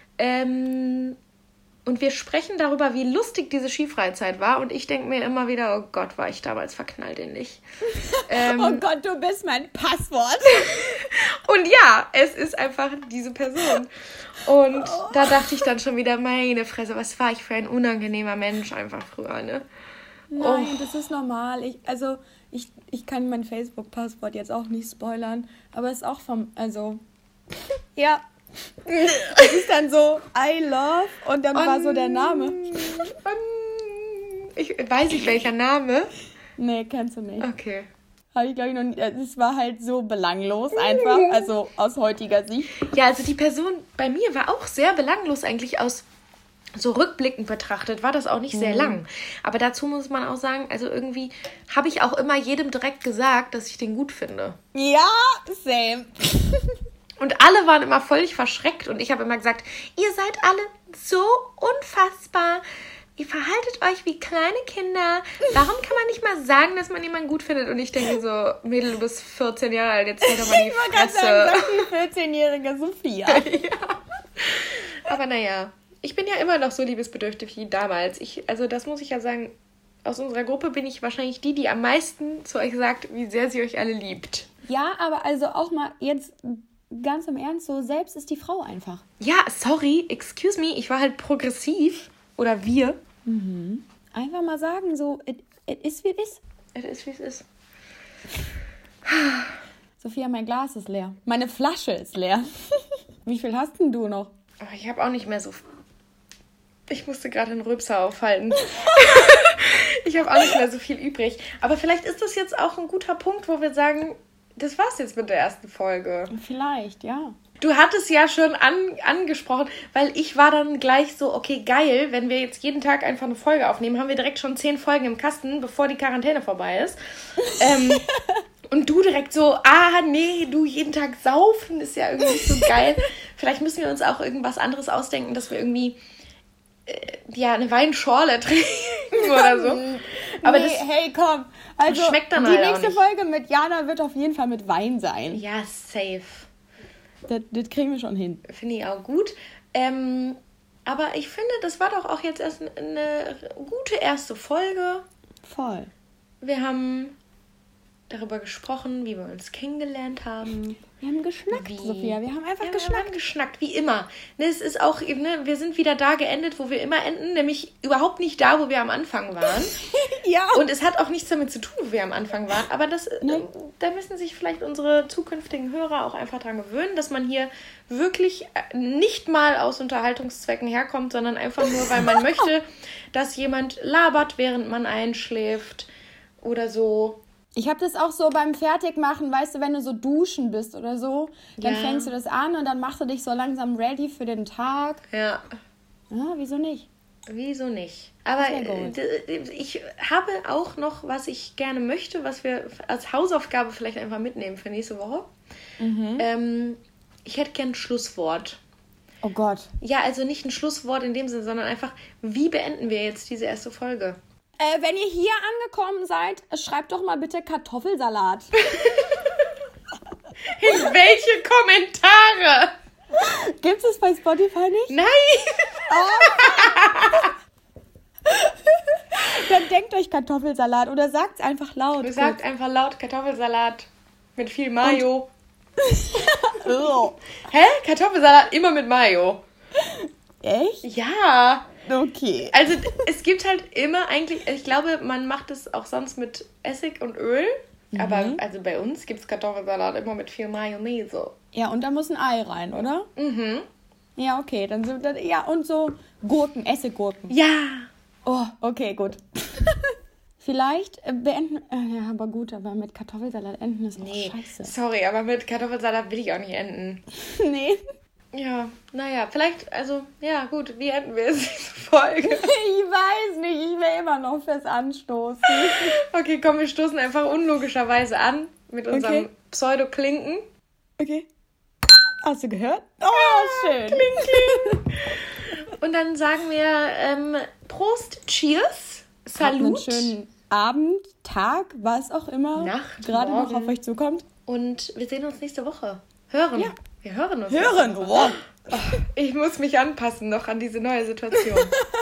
Und wir sprechen darüber, wie lustig diese Skifreizeit war. Und ich denke mir immer wieder, oh Gott, war ich damals verknallt in dich. Oh Gott, du bist mein Passwort. Und ja, es ist einfach diese Person. Und da dachte ich dann schon wieder, meine Fresse, was war ich für ein unangenehmer Mensch einfach früher, ne? Nein, das ist normal. Ich kann mein Facebook-Passwort jetzt auch nicht spoilern, aber es ist auch ja. Es ist dann so, I love, und dann war so der Name. Ich weiß nicht, welcher Name. Nee, kennst du nicht. Okay. Habe ich, glaube ich, noch nicht. Es war halt so belanglos einfach, also aus heutiger Sicht. Ja, also die Person bei mir war auch sehr belanglos eigentlich so rückblickend betrachtet, war das auch nicht sehr lang. Aber dazu muss man auch sagen, also irgendwie habe ich auch immer jedem direkt gesagt, dass ich den gut finde. Ja, same. Und alle waren immer völlig verschreckt und ich habe immer gesagt, ihr seid alle so unfassbar. Ihr verhaltet euch wie kleine Kinder. Warum kann man nicht mal sagen, dass man jemanden gut findet? Und ich denke so, Mädel, du bist 14 Jahre alt, jetzt halt doch mal die Fresse. Ich wollte gerade sagen, die 14-jährige Sophia. Ja. Aber naja, ich bin ja immer noch so liebesbedürftig wie damals. Also das muss ich ja sagen, aus unserer Gruppe bin ich wahrscheinlich die am meisten zu euch sagt, wie sehr sie euch alle liebt. Ja, aber also auch mal jetzt ganz im Ernst, so selbst ist die Frau einfach. Ja, sorry, excuse me, ich war halt progressiv. Oder wir. Einfach mal sagen, so, it is wie es ist. It is wie es ist. Sophia, mein Glas ist leer. Meine Flasche ist leer. Wie viel hast denn du noch? Oh, ich habe auch nicht mehr so... Ich musste gerade einen Rülpser aufhalten. Ich habe auch nicht mehr so viel übrig. Aber vielleicht ist das jetzt auch ein guter Punkt, wo wir sagen, das war's jetzt mit der ersten Folge. Vielleicht, ja. Du hattest ja schon angesprochen, weil ich war dann gleich so, okay, geil, wenn wir jetzt jeden Tag einfach eine Folge aufnehmen, haben wir direkt schon 10 Folgen im Kasten, bevor die Quarantäne vorbei ist. Und du direkt so, nee, du jeden Tag saufen ist ja irgendwie so geil. Vielleicht müssen wir uns auch irgendwas anderes ausdenken, dass wir irgendwie eine Weinschorle trinken oder so. Aber nee, hey, komm. Also, schmeckt dann die halt nächste auch nicht. Folge mit Jana wird auf jeden Fall mit Wein sein. Ja, safe. Das kriegen wir schon hin. Finde ich auch gut. Aber ich finde, das war doch auch jetzt erst eine gute erste Folge. Voll. Wir haben darüber gesprochen, wie wir uns kennengelernt haben. Wir haben geschnackt, Sophia. Wir haben einfach geschnackt. Wir haben geschnackt, wie immer. Es ist auch, wir sind wieder da geendet, wo wir immer enden, nämlich überhaupt nicht da, wo wir am Anfang waren. Ja. Und es hat auch nichts damit zu tun, wo wir am Anfang waren. Aber da müssen sich vielleicht unsere zukünftigen Hörer auch einfach dran gewöhnen, dass man hier wirklich nicht mal aus Unterhaltungszwecken herkommt, sondern einfach nur, weil man möchte, dass jemand labert, während man einschläft oder so. Ich habe das auch so beim Fertigmachen, weißt du, wenn du so duschen bist oder so, dann fängst du das an und dann machst du dich so langsam ready für den Tag. Ja. Ja, wieso nicht? Wieso nicht? Aber ich habe auch noch, was ich gerne möchte, was wir als Hausaufgabe vielleicht einfach mitnehmen für nächste Woche. Ich hätte gern ein Schlusswort. Oh Gott. Ja, also nicht ein Schlusswort in dem Sinne, sondern einfach, wie beenden wir jetzt diese erste Folge? Wenn ihr hier angekommen seid, schreibt doch mal bitte Kartoffelsalat. In welche Kommentare? Gibt es bei Spotify nicht? Nein! Dann denkt euch Kartoffelsalat oder sagt es einfach laut. Du sagst einfach laut Kartoffelsalat mit viel Mayo. Hä? Kartoffelsalat immer mit Mayo. Echt? Ja. Okay. Also es gibt halt immer eigentlich, ich glaube, man macht es auch sonst mit Essig und Öl. Aber also bei uns gibt es Kartoffelsalat immer mit viel Mayonnaise. Ja, und da muss ein Ei rein, oder? Mhm. Ja, okay. Dann sind das, ja, und so Gurken, Essiggurken. Ja. Oh, okay, gut. Vielleicht beenden. Ja, aber gut, aber mit Kartoffelsalat enden ist auch scheiße. Sorry, aber mit Kartoffelsalat will ich auch nicht enden. Nee. Ja, naja, vielleicht, also, ja, gut, wie enden wir jetzt diese Folge? Ich weiß nicht, ich will immer noch fürs Anstoßen. Okay, komm, wir stoßen einfach unlogischerweise an mit unserem Pseudo-Klinken. Okay. Hast du gehört? Oh, schön. Kling, kling. Und dann sagen wir Prost, Cheers, Salut. Einen schönen Abend, Tag, was auch immer Nacht, gerade morgen. noch auf euch zukommt. Und wir sehen uns nächste Woche. Hören. Ja. Wir hören uns. Hören. Wow. Ich muss mich anpassen noch an diese neue Situation.